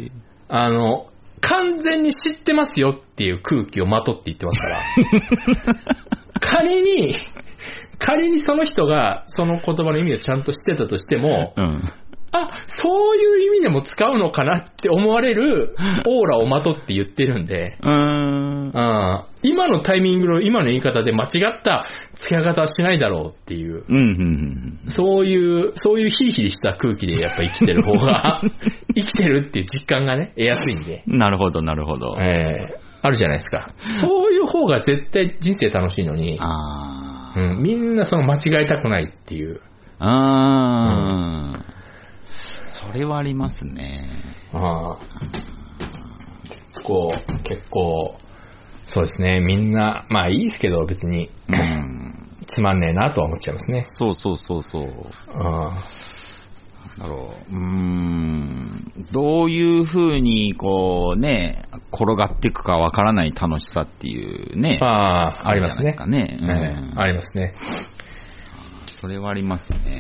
完全に知ってますよっていう空気をまとって言ってますから。仮にその人がその言葉の意味をちゃんと知ってたとしても、そういう意味でも使うのかなって思われるオーラをまとって言ってるんで、今のタイミングの今の言い方で間違った付け方はしないだろうっていう、そういうヒリヒリした空気でやっぱ生きてる方が生きてるっていう実感がね得やすいんで。 なるほど。 あるじゃないですか。そういう方が絶対人生楽しいのに、みんな間違えたくないっていう。 それはありますね。 結構、そうですね。みんな、まあいいですけど、別に、つまんねえなとは思っちゃいますね。 そう。なんだろう。どういう風に、転がっていくかわからない楽しさっていうね。 ありますね。 ありますね。 それはありますね。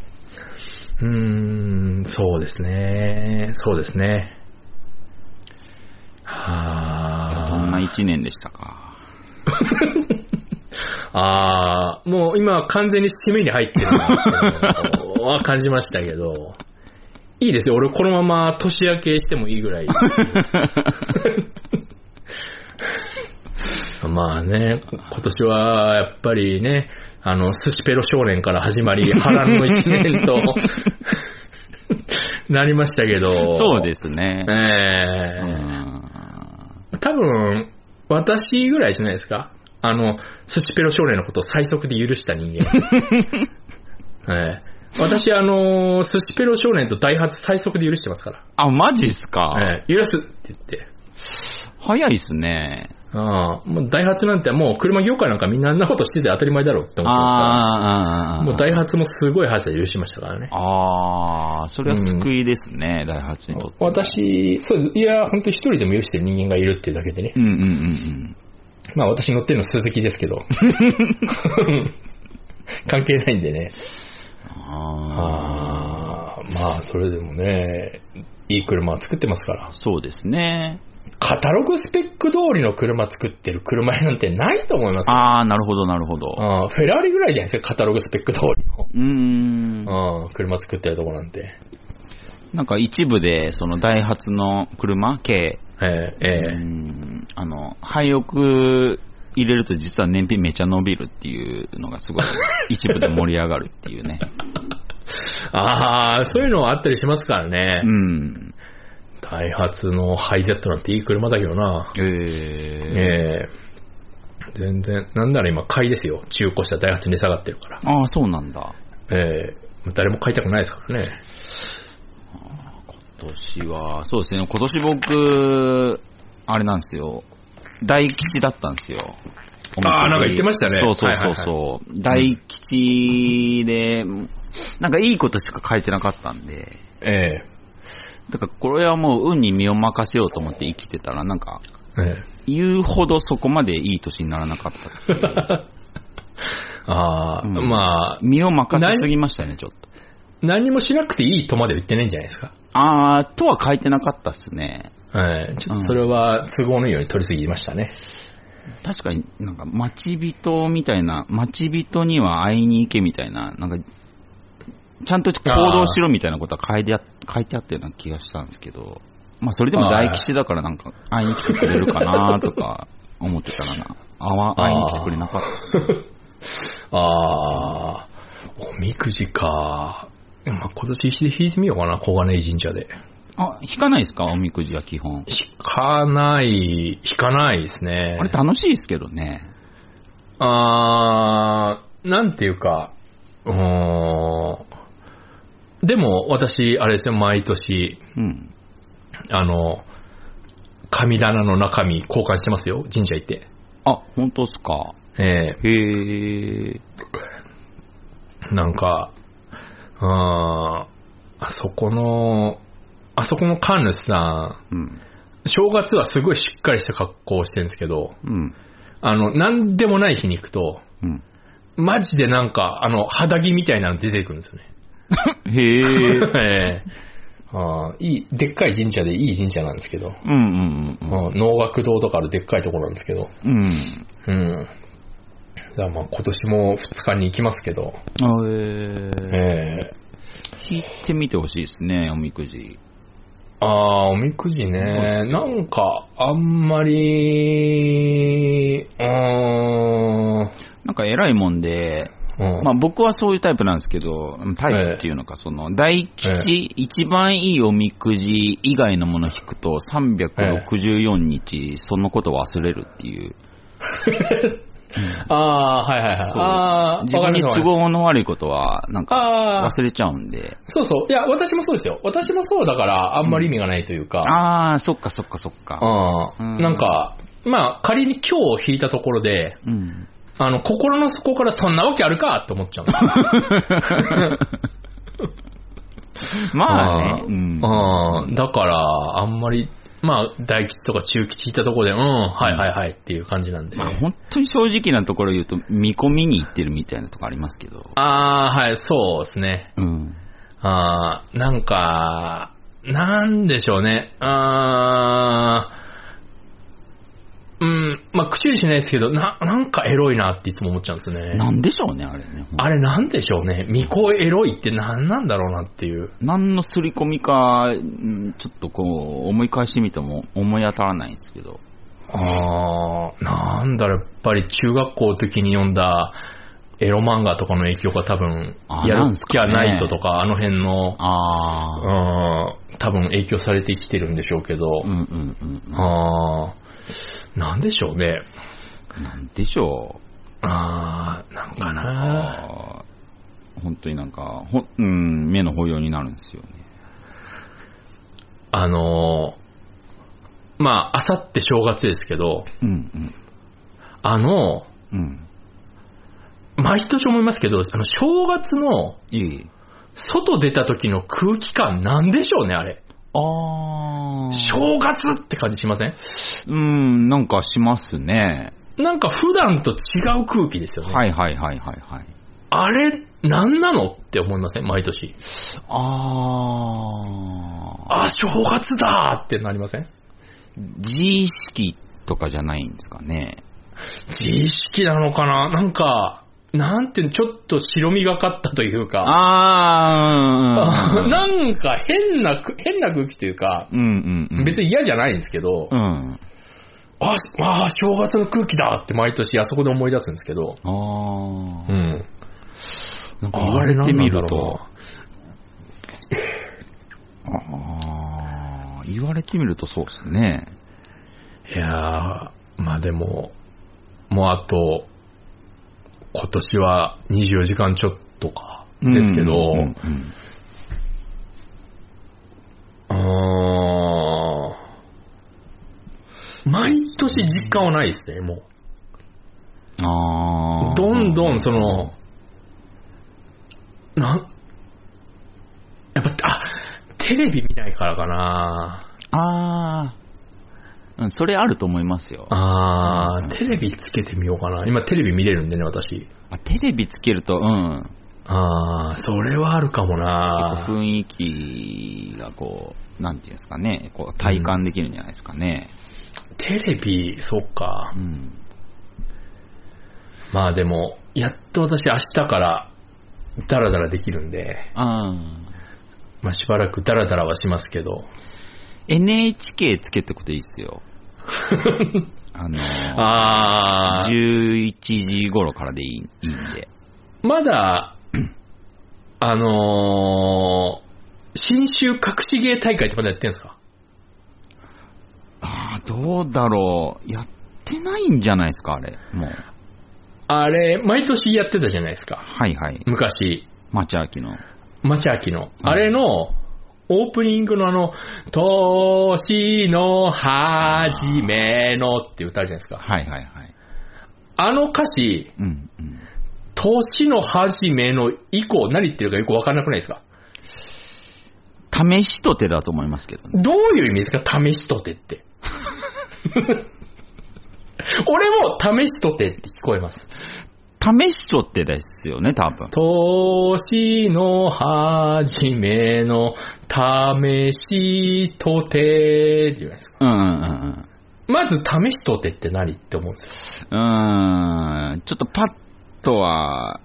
そうですね。 どんな一年でしたか？ もう今完全に締めに入ってるなは感じましたけど、いいですよ。俺このまま年明けしてもいいぐらい。まあね、今年はやっぱりね、寿司ペロ少年から始まり波乱の一年となりましたけど。 そうですね。 多分私ぐらいじゃないですか。寿司ペロ少年のことを最速で許した人間。私寿司ペロ少年とダイハツ最速で許してますから。 マジっすか？ 許すって言って。 早いっすね。 もうダイハツなんてもう車業界なんかみんなあんなことしてて当たり前だろうって思ってますから。もうダイハツもすごい速さで許しましたからね。 それは救いですね、ダイハツにとって。 私、そうです。いや、本当に一人でも許してる人間がいるっていうだけでね。まあ私乗ってるの鈴木ですけど。関係ないんでね。まあそれでもね、いい車は作ってますから。 そうですね。 カタログスペック通りの車作ってる車屋なんてないと思いますよ。 なるほど。 フェラーリぐらいじゃないですか、カタログスペック通りの。車作ってるとこなんて。 なんか一部で、そのダイハツの車系、廃屋入れると実は燃費めちゃ伸びるっていうのがすごい一部で盛り上がるっていうね。 ああ、そういうのはあったりしますからね。うん。ダイハツのハイゼットなんていい車だけどな。全然、なんなら今買いですよ。中古車ダイハツに下がってるから。 ああ、そうなんだ。 誰も買いたくないですからね。 今年は、そうですね、今年僕、あれなんですよ。大吉だったんですよ。 ああ、なんか言ってましたね。 そう。大吉で、なんかいいことしか書いてなかったんで。だからこれはもう運に身を任せようと思って生きてたら、なんか、言うほどそこまでいい年にならなかったっていう。まあ。身を任せすぎましたね、ちょっと。 何もしなくていいとまで言ってないんじゃないですか。 とは書いてなかったっすね。 ちょっとそれは都合のいいように取りすぎましたね。 確かになんか待ち人みたいな、待ち人には会いに行けみたいな、なんか、ちゃんと行動しろみたいなことは書いてあったような気がしたんですけど、まあそれでも大吉だからなんか会いに来てくれるかなとか思ってたらな、会いに来てくれなかったです。 おみくじか。まあ、今年引いてみようかな、小金井神社で。 引かないですか、おみくじは基本。 引かないですね。 あれ楽しいですけどね。 なんていうか、でも私、あれですよ、毎年、神棚の中身交換してますよ、神社行って。 本当ですか。 なんか、あそこの神主さん、正月はすごいしっかりした格好をしてるんですけど、なんでもない日に行くと、マジでなんか、肌着みたいなの出てくるんですよね。でっかい神社でいい神社なんですけど、能楽堂とかあるでっかいところなんですけど、だまあ今年も2日に行きますけど、 引いてみてほしいですね、おみくじ。 おみくじね、なんかあんまりなんか偉いもんで、まあ僕はそういうタイプなんですけど、タイプっていうのか、その大吉、一番いいおみくじ以外のもの引くと364日そのことを忘れるっていう。自分に都合の悪いことはなんか忘れちゃうんで。 そう。いや、私もそうですよ。私もそうだからあんまり意味がないというか。 そっか。 なんか、まあ仮に今日引いたところで、心の底からそんなわけあるかって思っちゃう。 まあね。 だからあんまり、まあ大吉とか中吉いったところで、はいっていう感じなんで。 まあ本当に正直なところ言うと見込みに行ってるみたいなとこありますけど。 そうですね。なんかなんでしょうね。まあ、口にしないですけど、なんかエロいなっていつも思っちゃうんですよね。 なんでしょうね、あれね。 あれなんでしょうね。巫女エロいって何なんだろうなっていう。 何の刷り込みか、ちょっとこう、思い返してみても思い当たらないんですけど。 なんだろう、やっぱり中学校の時に読んだエロ漫画とかの影響が多分、やる気はナイトとか、あの辺の、多分影響されてきてるんでしょうけど、なんでしょうね。 なんでしょう。 なんかな。 本当になんか、目の保養になるんですよね。 まあ、あさって正月ですけど、毎年思いますけど、正月の、外出た時の空気感なんでしょうね、あれ。正月って感じしません？ なんかしますね。 なんか普段と違う空気ですよね。あれ、なんなのって思いません？毎年。正月だーってなりません？ 自意識とかじゃないんですかね。 自意識なのかな？なんか、なんていうの、ちょっと白みがかったというか。なんか変な空気というか、別に嫌じゃないんですけど、正月の空気だって毎年あそこで思い出すんですけど、 なんか言われてみると、 言われてみるとそうですね。 いやー、まあでも、もうあと、今年は24時間ちょっとか、ですけど、毎年実感はないですね、もう。どんどんやっぱ、テレビ見ないからかな。 それあると思いますよ。 テレビつけてみようかな。今テレビ見れるんでね、私。 テレビつけると、 それはあるかもな。 雰囲気がこう、なんていうんですかね、こう体感できるんじゃないですかね。 テレビ、そっか。まあでも、やっと私明日からダラダラできるんで、まあしばらくダラダラはしますけど。 NHK つけてくといいっすよ。11時頃からでいいんで。 まだ、新州隠し芸大会ってまだやってんすか？ どうだろう。やってないんじゃないですか、あれ。もう。 あれ、毎年やってたじゃないですか。 はいはい。 昔。 町秋の。 あれの、オープニングの年の初めのって歌あるじゃないですか。 はいはいはい。 あの歌詞、年の初めの以降何言ってるかよくわからなくないですか？ 試しとてだと思いますけどね。 どういう意味ですか、試しとてって。俺も試しとてって聞こえます。 試しとってですよね、多分。 年の初めの試しとてって言うじゃないですか。まず試しとてって何って思うんですよ。 ちょっとパッとは、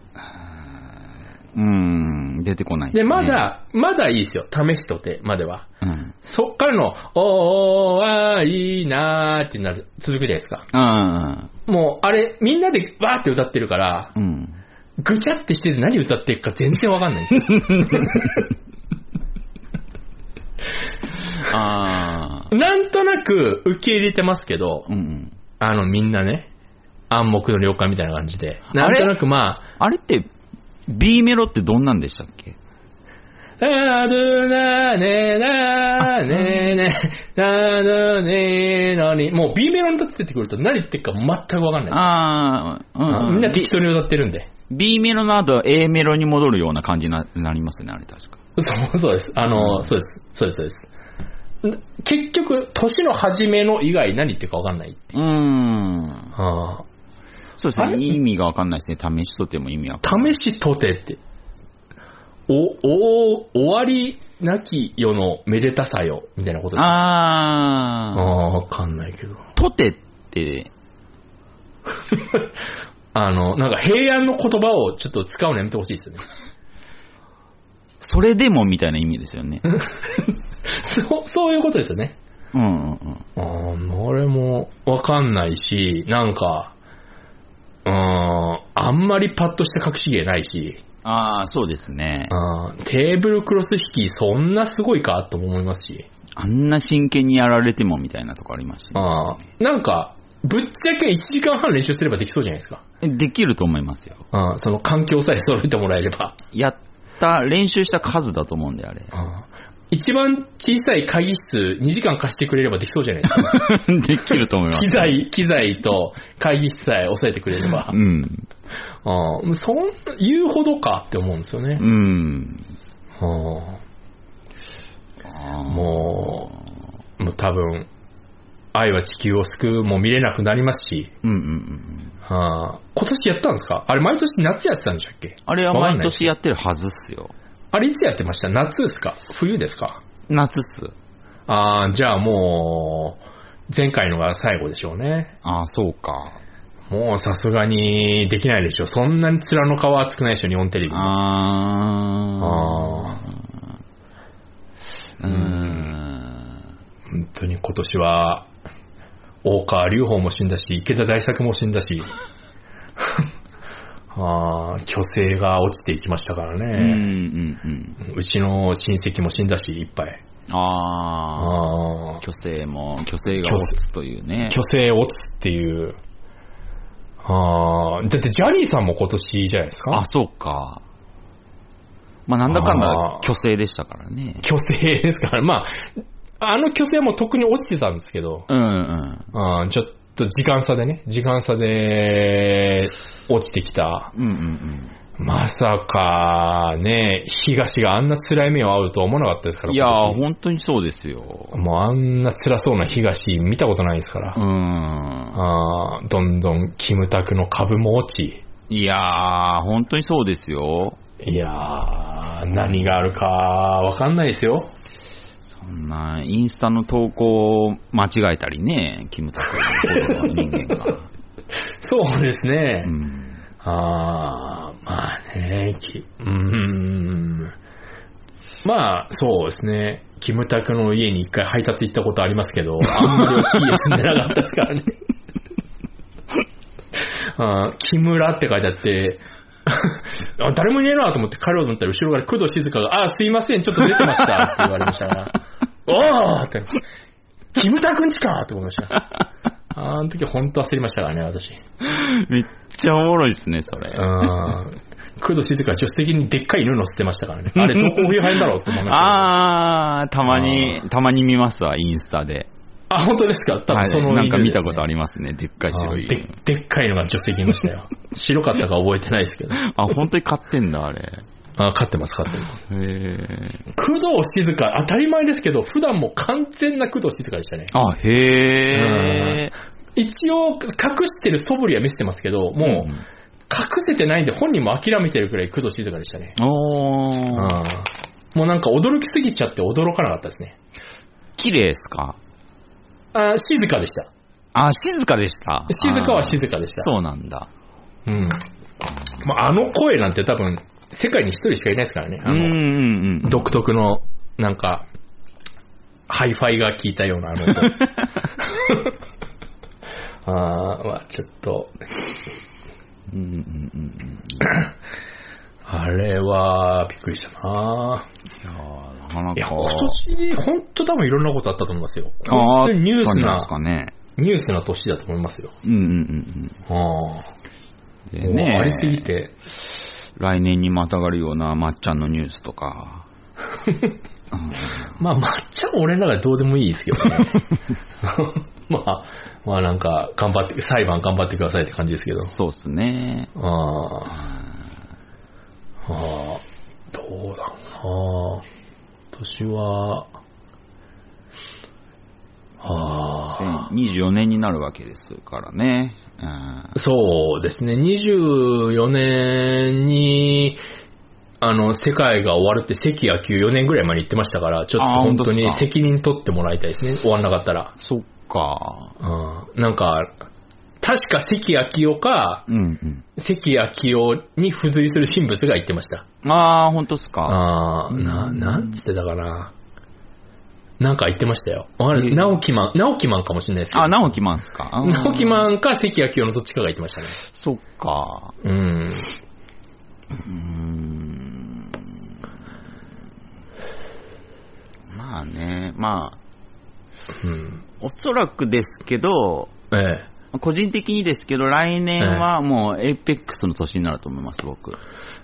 出てこないですね。 で、まだいいですよ。試しとてまでは。そっからの、終わりなーってなる、続くじゃないですか。もう、あれ、みんなでバーって歌ってるから、ぐちゃってしてて何歌ってるか全然わかんないんですよ。なんとなく受け入れてますけど、みんなね、暗黙の了解みたいな感じで。なんとなくあれって、B メロってどんなんでしたっけ？ などなねなねねなどねなに、もう B メロに歌ってくると何言ってるか全くわかんない。みんな適当に歌ってるんで。 B メロの後 A メロに戻るような感じになりますね、あれ確か。 そうです。そうです。結局、年の初めの以外何言ってるかわかんない。 そうですね、意味がわかんないですね。試しとても意味わかんない。 試しとてって。終わりなき世のめでたさよみたいなことですか？わかんないけど。 とてってなんか平安の言葉をちょっと使うのやめてほしいですよね。 それでもみたいな意味ですよね。 そういうことですよね。俺もわかんないし、なんかあんまりパッとした隠し芸ないし。 そうですね。 テーブルクロス引きそんなすごいかと思いますし。 あんな真剣にやられてもみたいなとこありましたね。なんかぶっちゃけ1時間半練習すればできそうじゃないですか。 できると思いますよ。 その環境さえ揃えてもらえれば。 練習した数だと思うんで、あれ。 一番小さい会議室2時間貸してくれればできそうじゃないですか。 できると思います。 機材と会議室さえ抑えてくれれば。言うほどかって思うんですよね。もう多分、愛は地球を救うも見れなくなりますし。今年やったんですか？あれ毎年夏やってたんでしたっけ？ あれは毎年やってるはずっすよ。 あれいつやってました？夏ですか？冬ですか？ 夏っす。 じゃあもう、前回のが最後でしょうね。 そうか。 もうさすがにできないでしょ。そんなに面の皮厚くないでしょ、日本テレビ。本当に今年は、大川隆法も死んだし、池田大作も死んだし。 虚勢が落ちていきましたからね。うちの親戚も死んだし、いっぱい。 虚勢が落ちというね。 虚勢落ちっていう。だってジャニーさんも今年じゃないですか。 そうか。なんだかんだ虚勢でしたからね。 虚勢ですから。虚勢も特に落ちてたんですけど。ちょっと時間差で落ちてきた。まさかね、東があんな辛い目を遭うとは思わなかったですから。 いやー、本当にそうですよ。 もうあんな辛そうな東見たことないですから。どんどんキムタクの株も落ち。 いやー、本当にそうですよ。 いやー、何があるかわかんないですよ。 そんなインスタの投稿を間違えたりね、キムタクの人間が。 そうですね。そうですね。キムタクの家に一回配達行ったことありますけど、あんまり大きい家住んでなかったですからね。木村って書いてあって、誰もいねえなと思って帰ろうと思ったら、後ろから工藤静香が、すいません、ちょっと出てましたって言われましたから、おーって、キムタクんちかって思いました。あの時本当焦りましたからね、私。 めっちゃおもろいですね、それ。 工藤静香は助手席にでっかい犬乗せてましたからね。あれどこ冬入んだろうって思いました。 たまに見ますわ、インスタで。 本当ですか？多分その、 なんか見たことありますね、でっかい白い犬。 でっかいのが助手席にいましたよ。白かったか覚えてないですけど。 本当に飼ってんだ、あれ。 飼ってます。工藤静香、当たり前ですけど、普段も完全な工藤静香でしたね。一応、隠してる素振りは見せてますけど、もう、隠せてないんで本人も諦めてるくらい工藤静香でしたね。もうなんか驚きすぎちゃって驚かなかったですね。 綺麗ですか？ 静かでした。 静かでした。 静かは静かでした。 そうなんだ。 あの声なんて多分、世界に一人しかいないですからね。独特の、なんか、ハイファイが効いたようなあの声。ちょっと。あれは、びっくりしたな。今年、本当多分いろんなことあったと思いますよ。本当にニュースな年だと思いますよ。もうありすぎて。 来年にまたがるようなまっちゃんのニュースとか。 まっちゃん俺の中でどうでもいいですけどね。なんか、裁判頑張ってくださいって感じですけど。 そうっすね。 どうだろうな。年は、 2024年になるわけですからね。 そうですね。24年に、世界が終わるって関野球4年ぐらい前に言ってましたから、ちょっと本当に責任取ってもらいたいですね。終わんなかったら。 そっか。 なんか、確か関明夫か、関明夫に付随する人物が言ってました。 本当っすか。 なんつってたかな。なんか言ってましたよ。直木マンかもしれないですけど。 直木マンっすか。 直木マンか関明夫のどっちかが言ってましたね。 そっか。おそらくですけど、個人的にですけど、来年はもうエイペックスの年になると思います、僕。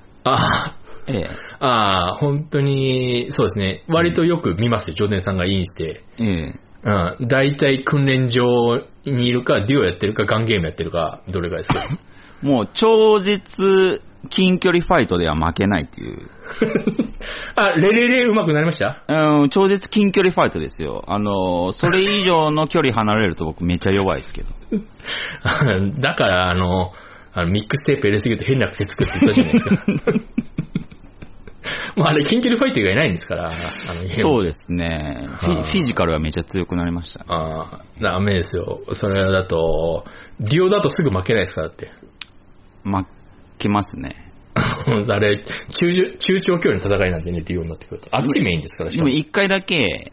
本当に、そうですね。割とよく見ますよ、ジョーデンさんがインして。大体訓練場にいるか、デュオやってるか、ガンゲームやってるか、どれかですけど。 もう超実近距離ファイトでは負けないっていう。 レ上手くなりました？ 超絶近距離ファイトですよ。それ以上の距離離れると僕めっちゃ弱いですけど。 だから、ミックステープ入れすぎると変な癖作って言ったじゃないですか。あれ、近距離ファイト以外ないんですから。 そうですね。フィジカルはめっちゃ強くなりました。 ダメですよ。それだと、デュオだとすぐ負けないですから、だって。 負けますね。 あれ、中長距離の戦いなんでね、デュオになってくると。あっちメインですから、 でも一回だけ、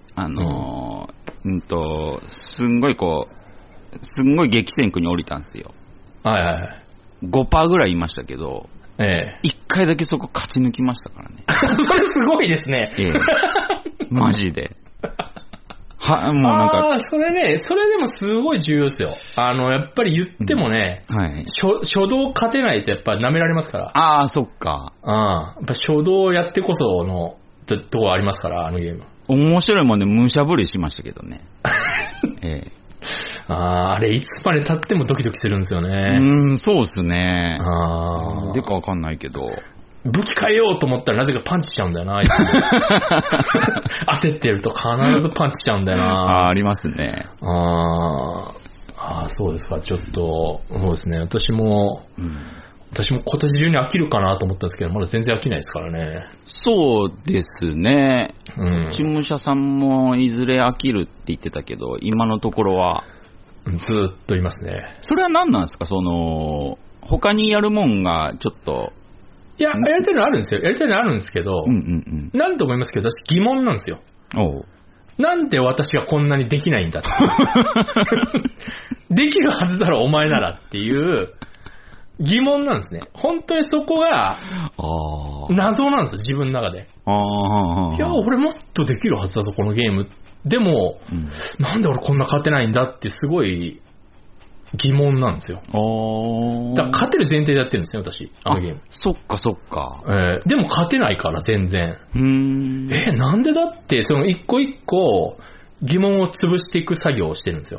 すんごい激戦区に降りたんですよ。 5% ぐらいいましたけど、1回だけそこ勝ち抜きましたからね。 それすごいですね。 マジで。もうなんか。 それね、それでもすごい重要ですよ。やっぱり言ってもね、はい、初動勝てないとやっぱ舐められますから。 そっか。 やっぱ初動やってこそのとこありますから、あのゲーム。 面白いもんで、武者ぶりしましたけどね。 あれ、いつまで経ってもドキドキするんですよね。 そうですね。でかわかんないけど。 武器変えようと思ったらなぜかパンチしちゃうんだよな。焦ってると必ずパンチしちゃうんだよな。 ありますね。 そうですか。ちょっと、そうですね。私も今年中に飽きるかなと思ったんですけど、まだ全然飽きないですからね。 そうですね。事務者さんもいずれ飽きるって言ってたけど、今のところは。 ずーっといますね。 それは何なんですか？他にやるもんがちょっと。 いや、やりたいのあるんですよ。やりたいのあるんですけど、なんと思いますけど、私疑問なんですよ。なんで私がこんなにできないんだって。できるはずだろ、お前ならっていう疑問なんですね。本当にそこが謎なんですよ、自分の中で。いや、俺もっとできるはずだぞ、このゲーム。でも、なんで俺こんな勝てないんだってすごい疑問なんですよ。だから勝てる前提でやってるんですね、私、あのゲーム。 そっかそっか。 でも勝てないから全然。なんでだって、その一個一個疑問を潰していく作業をしてるんですよ。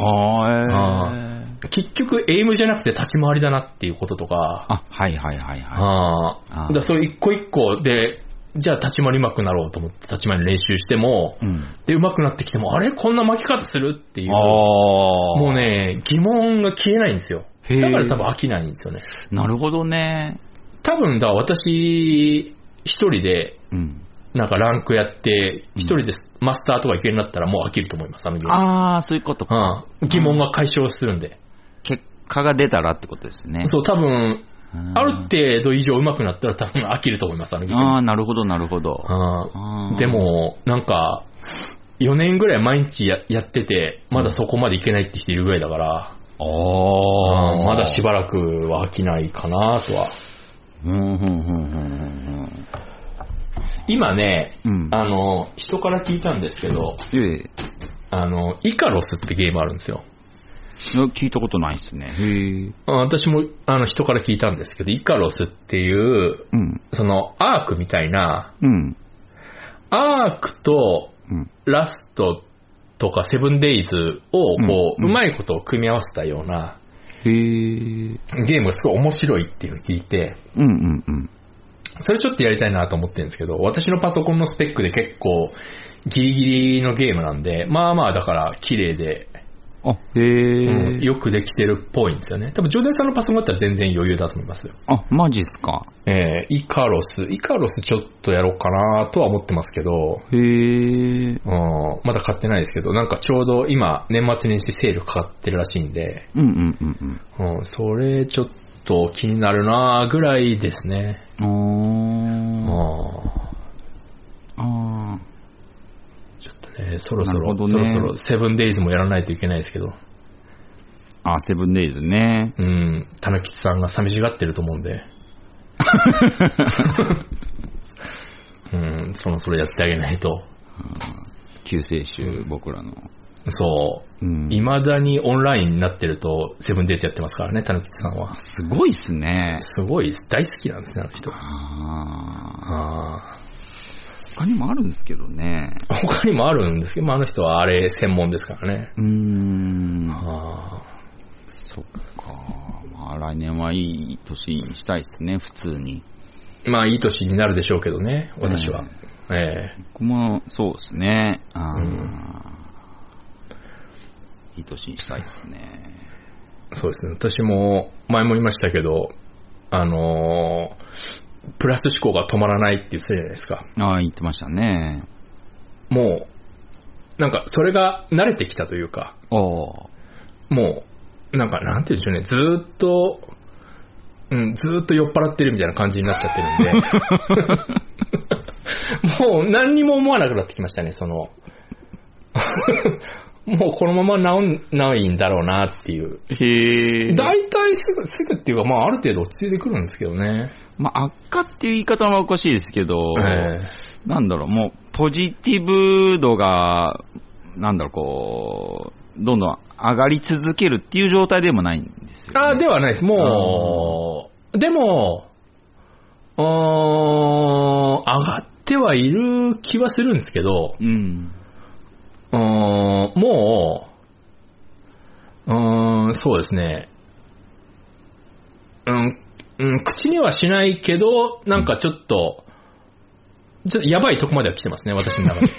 結局エイムじゃなくて立ち回りだなっていうこととか。 はいはいはいはい。だそういう一個一個で、じゃあ立ち回り上手くなろうと思って立ち回り練習しても、で上手くなってきても、あれこんな巻き方するっていう、もうね、疑問が消えないんですよ。だから多分飽きないんですよね。 なるほどね。 多分私一人でなんかランクやって一人でマスターとかいけるようになったらもう飽きると思います、あのゲーム。 そういうことか。 疑問が解消するんで。 結果が出たらってことですね。 そう、多分ある程度以上上手くなったら多分飽きると思います、あのゲーム。 なるほどなるほど。 でもなんか4年ぐらい毎日 やっててまだそこまでいけないって人いるぐらいだから、まだしばらくは飽きないかなとは。今ね、人から聞いたんですけど、イカロスってゲームあるんですよ。 聞いたことないですね。 私も人から聞いたんですけど、イカロスっていう、そのアークみたいな、アークとラストとかセブンデイズをこう、うまいことを組み合わせたようなゲームがすごい面白いっていうのを聞いて、それちょっとやりたいなと思ってるんですけど、私のパソコンのスペックで結構ギリギリのゲームなんで、まあまあだから綺麗で、よくできてるっぽいんですよね。多分ジョーデンさんのパソコンだったら全然余裕だと思いますよ。 マジっすか。 イカロスちょっとやろうかなとは思ってますけど、まだ買ってないですけど、なんかちょうど今年末年始セールかかってるらしいんで、それちょっと気になるなぐらいですね。そろそろセブンデイズもやらないといけないですけど。 セブンデイズね。 たぬきちさんが寂しがってると思うんで。そろそろやってあげないと。 救世主、僕らの。 そう。未だにオンラインになってるとセブンデイズやってますからね、たぬきちさんは。 すごいっすね。 すごいです。大好きなんですね、あの人。 他にもあるんですけどね。 他にもあるんですけど、あの人はあれ専門ですからね。 そっか。来年はいい年にしたいですね、普通に。 まあいい年になるでしょうけどね、私は。 僕もそうですね。いい年にしたいですね。 そうですね。私も前も言いましたけど、プラス思考が止まらないって言ってたじゃないですか。 言ってましたね。 もうなんかそれが慣れてきたというか、もうなんかなんて言うんでしょうね、ずーっと酔っ払ってるみたいな感じになっちゃってるんで、もう何にも思わなくなってきましたね。 もうこのまま治んないんだろうなっていう。 へー。 大体すぐっていうか、まあある程度落ち着いてくるんですけどね。 まあ悪化っていう言い方はおかしいですけど、なんだろう、もうポジティブ度が、なんだろう、こう、どんどん上がり続けるっていう状態でもないんですよ、ね。 ではないです。もう、でも、上がってはいる気はするんですけど、 うん。 もう、そうですね。口にはしないけど、なんかちょっとやばいとこまでは来てますね、私の中で。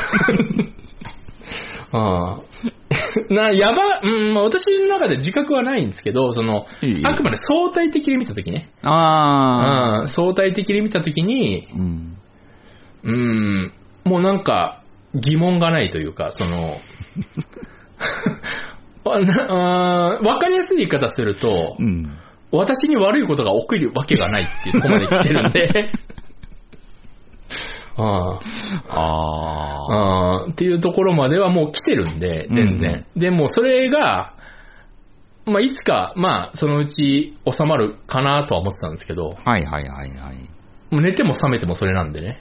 私の中で自覚はないんですけど、あくまで相対的に見たときね。相対的に見たときに、もうなんか疑問がないというか、わかりやすい言い方すると、私に悪いことが起きるわけがないっていうところまで来てるんで、っていうところまではもう来てるんで、全然。でもそれが、まあいつか、まあそのうち収まるかなとは思ってたんですけど、もう寝ても覚めてもそれなんでね。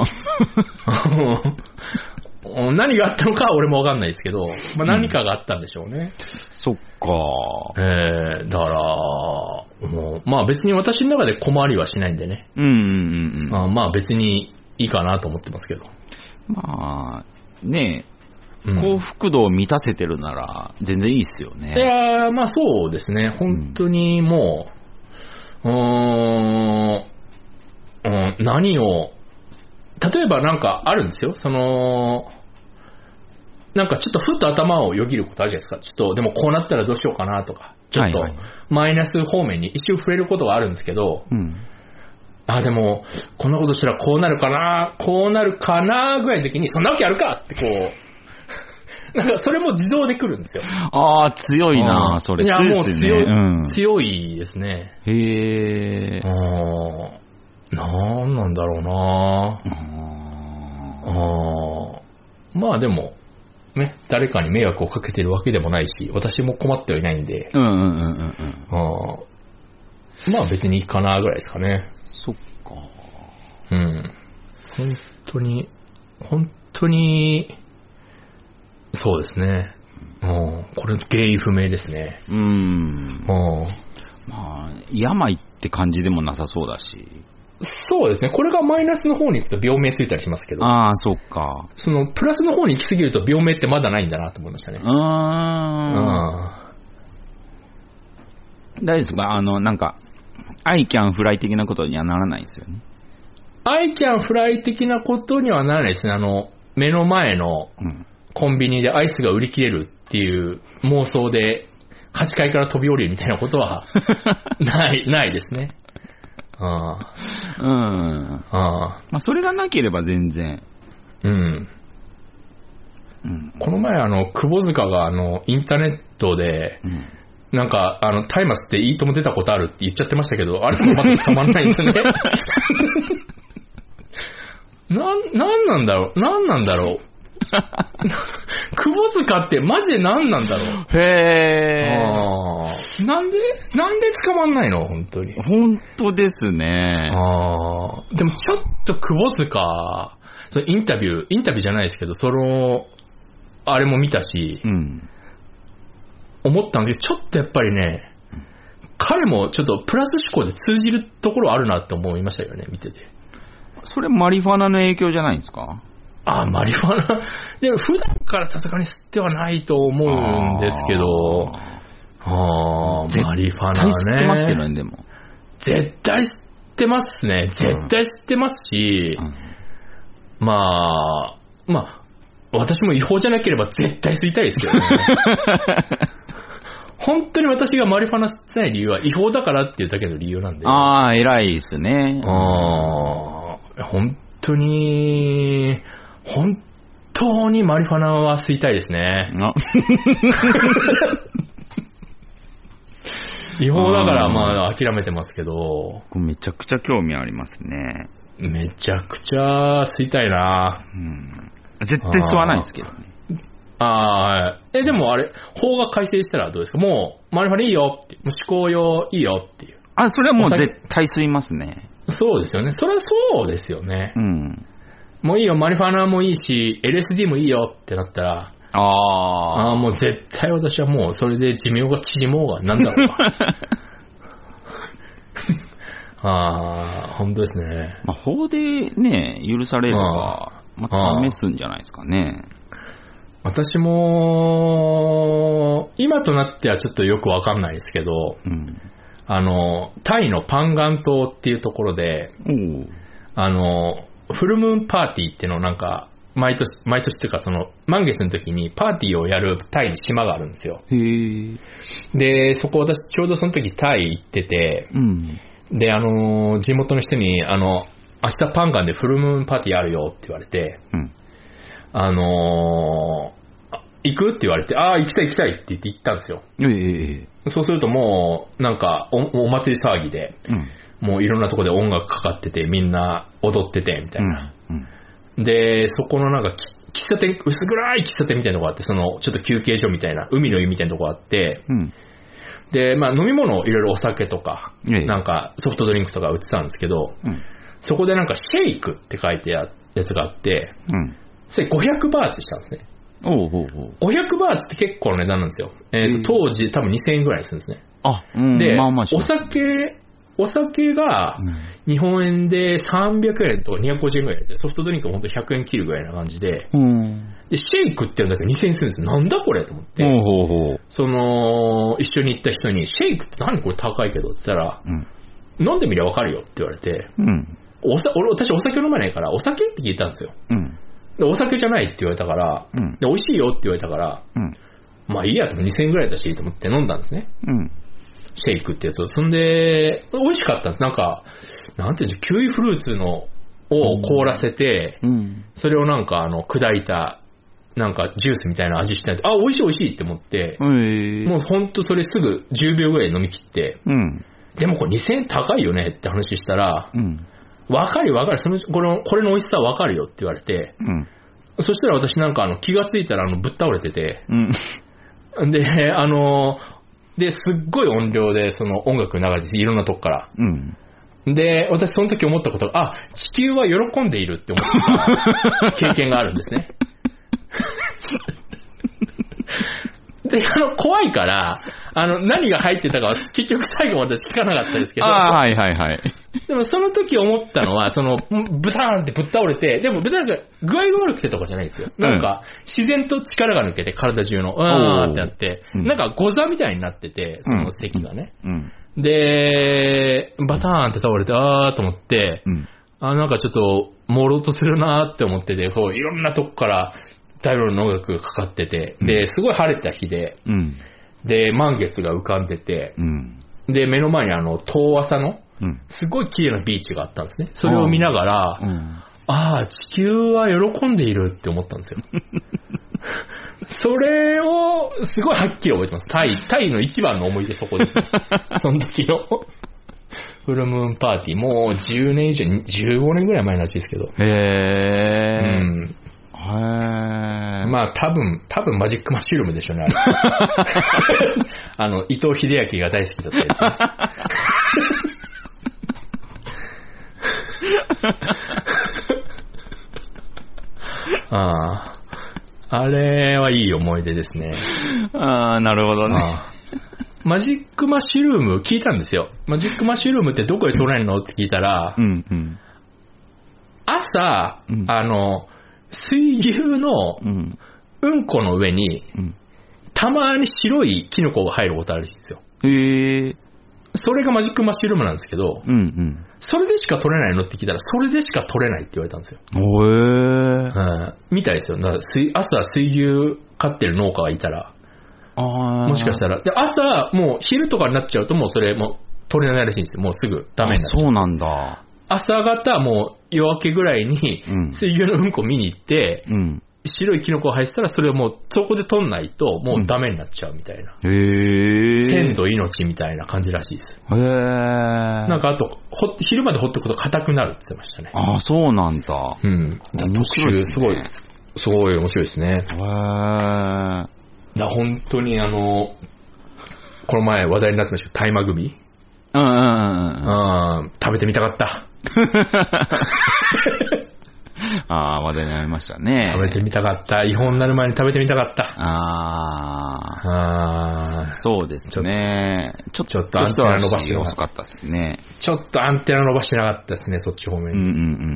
何があったのかは俺もわかんないですけど、まあ何かがあったんでしょうね。 そっか。 だから、もう、まあ別に私の中で困りはしないんでね。まあ別にいいかなと思ってますけど。 まあ、ねえ、幸福度を満たせてるなら全然いいっすよね。 いやまあそうですね。本当にもう、何を、例えばなんかあるんですよ。なんかちょっとふっと頭をよぎることあるじゃないですか。ちょっとでもこうなったらどうしようかなとか、ちょっとマイナス方面に一瞬触れることがあるんですけど、でもこんなことしたらこうなるかなぐらいの時に、そんなわけあるかってこうなんかそれも自動で来るんですよ。 強いな、それ。 いやもう強いですね。 へー。 なんなんだろうな。まあでもね、誰かに迷惑をかけてるわけでもないし、私も困ってはいないんで、まあ別にいいかなぐらいですかね。 そっか。 本当にそうですね。これ原因不明ですね。 まあ病って感じでもなさそうだし。 そうですね。これがマイナスの方に行くと病名ついたりしますけど。 そっか。 プラスの方に行き過ぎると病名ってまだないんだなと思いましたね。 大丈夫ですか？なんか、アイキャンフライ的なことにはならないんですよね。 アイキャンフライ的なことにはならないですね。目の前のコンビニでアイスが売り切れるっていう妄想で8階から飛び降りるみたいなことはないですね。 まあそれがなければ全然。 この前窪塚がインターネットで、なんかタイマスっていいとも出たことあるって言っちゃってましたけど、あれでもまだ捕まんないんですね。なんなんだろう窪塚ってマジで何なんだろう。なんで捕まんないの？本当に。 本当ですね。 でもちょっと窪塚、インタビューじゃないですけど、あれも見たし、思ったんですけど、ちょっとやっぱりね、彼もちょっとプラス思考で通じるところあるなって思いましたよね、見てて。 それマリファナの影響じゃないんですか？ マリファナ。でも普段からさすがに吸ってはないと思うんですけど、マリファナね。 絶対吸ってますけどね、でも。 絶対吸ってますね。絶対吸ってますし、まあ、私も違法じゃなければ絶対吸いたいですけどね。本当に私がマリファナ吸ってない理由は違法だからっていうだけの理由なんで。 偉いですね。 本当にマリファナは吸いたいですね。違法だからまあ諦めてますけど。 めちゃくちゃ興味ありますね。 めちゃくちゃ吸いたいな。 絶対吸わないですけどね。 はい。でもあれ、法が改正したらどうですか？もう、マリファナいいよって、もう嗜好用いいよっていう。 それはもう絶対吸いますね。 そうですよね。それはそうですよね。 うん。 もういいよ、マリファナもいいし、LSD もいいよってなったら、もう絶対私はもうそれで寿命が縮もうがなんだろうか。本当ですね。 法でね、許されれば、試すんじゃないですかね。 私も、今となってはちょっとよくわかんないですけど、タイのパンガン島っていうところで、フルムーンパーティーっていうのをなんか、毎年っていうか満月の時にパーティーをやるタイに島があるんですよ。で、そこ私ちょうどその時タイ行ってて、で、地元の人に、明日パンガンでフルムーンパーティーあるよって言われて、行くって言われて、行きたいって言って行ったんですよ。そうするともう、なんかお祭り騒ぎで、もういろんなとこで音楽かかってて、みんな踊ってて、みたいな。で、そこのなんか喫茶店、薄暗い喫茶店みたいなとこがあって、ちょっと休憩所みたいな、海の湯みたいなとこがあって、で、飲み物、いろいろお酒とか、なんかソフトドリンクとか売ってたんですけど、そこでなんかシェイクって書いてあるやつがあって、それ500バーツしたんですね。500バーツって結構の値段なんですよ。当時多分2000円ぐらいするんですね。で、お酒が日本円で300円とか250円ぐらいで、ソフトドリンクもほんと100円切るぐらいな感じで、で、シェイクって言うんだけど2000円するんですよ。なんだこれと思って、一緒に行った人に、シェイクって何これ高いけどって言ったら、飲んでみりゃわかるよって言われて、私お酒飲まないから、お酒って聞いたんですよ。でお酒じゃないって言われたから、で美味しいよって言われたから、まあいいやと2000円ぐらいだしと思って飲んだんですね。シェイクってやつを。そんで、美味しかったんです。なんていうんですか、キウイフルーツを凍らせて、それをなんか砕いた、なんかジュースみたいな味して美味しいって思って、もうほんとそれすぐ10秒ぐらい飲み切って、でもこれ2000円高いよねって話したら、わかる、これの美味しさはわかるよって言われて、そしたら私なんか気がついたらぶっ倒れてて、ですっごい音量でその音楽流れてて、いろんなとこから。で、私その時思ったことが、地球は喜んでいるって思った経験があるんですね。で、怖いから、何が入ってたかは結局最後まで聞かなかったですけど。でもその時思ったのは、ブターンってぶっ倒れて、でも別に具合が悪くてとかじゃないですよ。なんか、自然と力が抜けて体中の、ってなって、なんかゴザみたいになってて、その席がね。で、バターンって倒れて、と思って、なんかちょっと、朦朧とするなって思ってて、いろんなとこから大量の音楽がかかってて、で、すごい晴れた日で、で、満月が浮かんでて、で、目の前に遠浅の、すごい綺麗なビーチがあったんですね。それを見ながら、地球は喜んでいるって思ったんですよ。それをすごいはっきり覚えてます。タイの一番の思い出そこです、ね。その時のフルムーンパーティー、もう10年以上、15年ぐらい前らしいですけど。まあ多分マジックマッシュルームでしょうね。伊藤英明が大好きだったやつ、ね。あれはいい思い出ですね。 なるほどね。 マジックマッシュルーム聞いたんですよ。マジックマッシュルームってどこで取れるのって聞いたら、朝、水牛のうんこの上に、たまに白いキノコが入ることあるんですよ。それがマジックマッシュルームなんですけど、それでしか取れないのって聞いたら、それでしか取れないって言われたんですよ。みたいですよ。だから朝水牛飼ってる農家がいたら、もしかしたら。で、朝、もう昼とかになっちゃうともうそれもう取れないらしいんですよ。もうすぐダメになっちゃう。 そうなんだ。 朝方、もう夜明けぐらいに水牛のうんこ見に行って、白いキノコが入ってたらそれをもうそこで取んないともうダメになっちゃうみたいな。鮮度命みたいな感じらしいです。なんかあと昼まで放っておくと硬くなるって言ってましたね。 そうなんだ。 特集すごいすごい面白いですね。 本当にこの前話題になってましたけど、大麻グミ。食べてみたかった。 話題になりましたね。 食べてみたかった。違法になる前に食べてみたかった。 そうですね。ちょっとアンテナ伸ばして遅かったですね。 ちょっとアンテナ伸ばしてなかったですね、そっち方面に。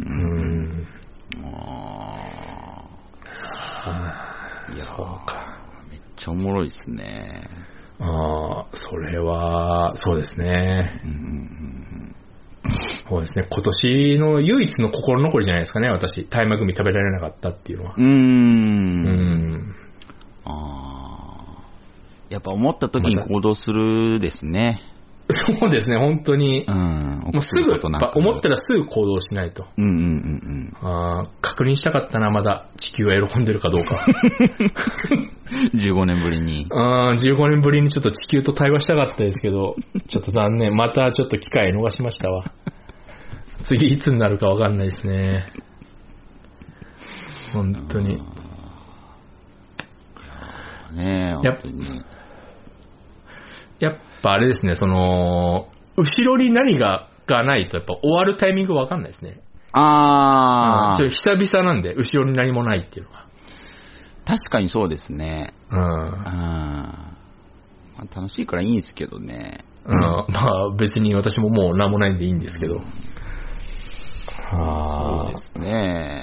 いや、そうか。めっちゃおもろいですね。 それは、そうですね。そうですね。今年の唯一の心残りじゃないですかね、私。大麻グミ食べられなかったっていうのは。 やっぱ思った時に行動するですね。 そうですね、本当に。もうすぐ、思ったらすぐ行動しないと。確認したかったな、まだ地球が喜んでるかどうか。 15年ぶりに。 15年ぶりにちょっと地球と対話したかったですけど、ちょっと残念。またちょっと機会逃しましたわ。次いつになるかわかんないですね。本当に。やっぱあれですね、後ろに何がないとやっぱ終わるタイミングわかんないですね。久々なんで、後ろに何もないっていうのは。 確かにそうですね。楽しいからいいんですけどね。 別に私ももう何もないんでいいんですけど。 そうですね。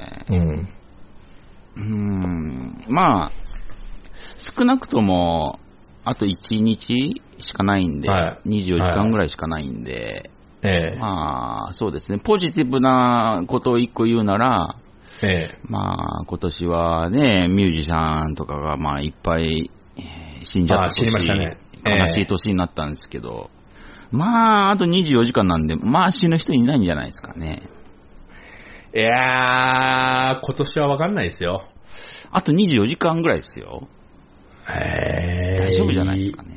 少なくとも、あと1日しかないんで、24時間ぐらいしかないんで、そうですね、ポジティブなことを一個言うなら、今年はね、ミュージシャンとかがいっぱい死んじゃった死にましたね。 悲しい年になったんですけど、あと24時間なんで、死ぬ人いないんじゃないですかね。 いやー、今年は分かんないですよ。 あと24時間ぐらいですよ。大丈夫じゃないですかね。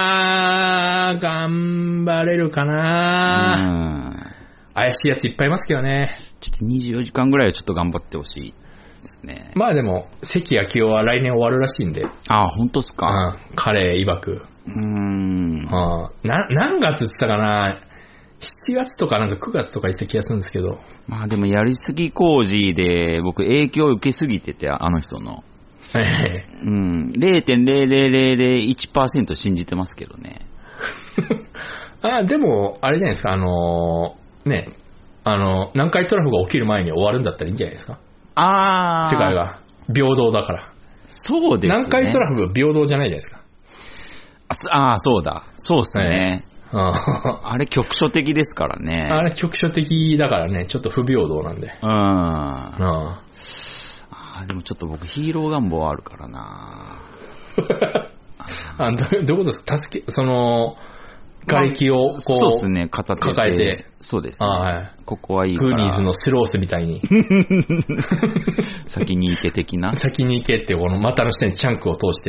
頑張れるかな。怪しいやついっぱいいますけどね。 ちょっと24時間ぐらいはちょっと頑張ってほしいですね。 でも、関明夫は来年終わるらしいんで。 本当っすか。 彼曰く。何月って言ったかな。7月とかなんか9月とか言ってた気がするんですけど。 でもやりすぎ工事で僕影響を受けすぎてて、あの人の。0.00001% 信じてますけどね。 でも、あれじゃないですか、南海トラフが起きる前に終わるんだったらいいんじゃないですか。世界が平等だから。 そうですね。 南海トラフが平等じゃないじゃないですか。 そうだ。そうですね。あれ局所的ですからね。 あれ局所的だからね、ちょっと不平等なんで。 でもちょっと僕ヒーロー願望あるからな。 どういうことですか？瓦礫をそうですね、抱えて。そうですね。ここはいいから。 グーニーズのスロースみたいに。 先に行け的な。 先に行けって股の下にチャンクを通して。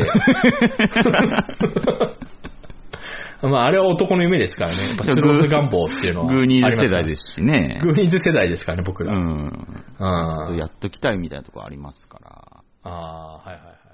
あれは男の夢ですからね。やっぱスロース願望っていうのは。 グーニーズ世代ですしね。 グーニーズ世代ですからね、僕ら。 やっときたいみたいなところありますから。 はいはいはい。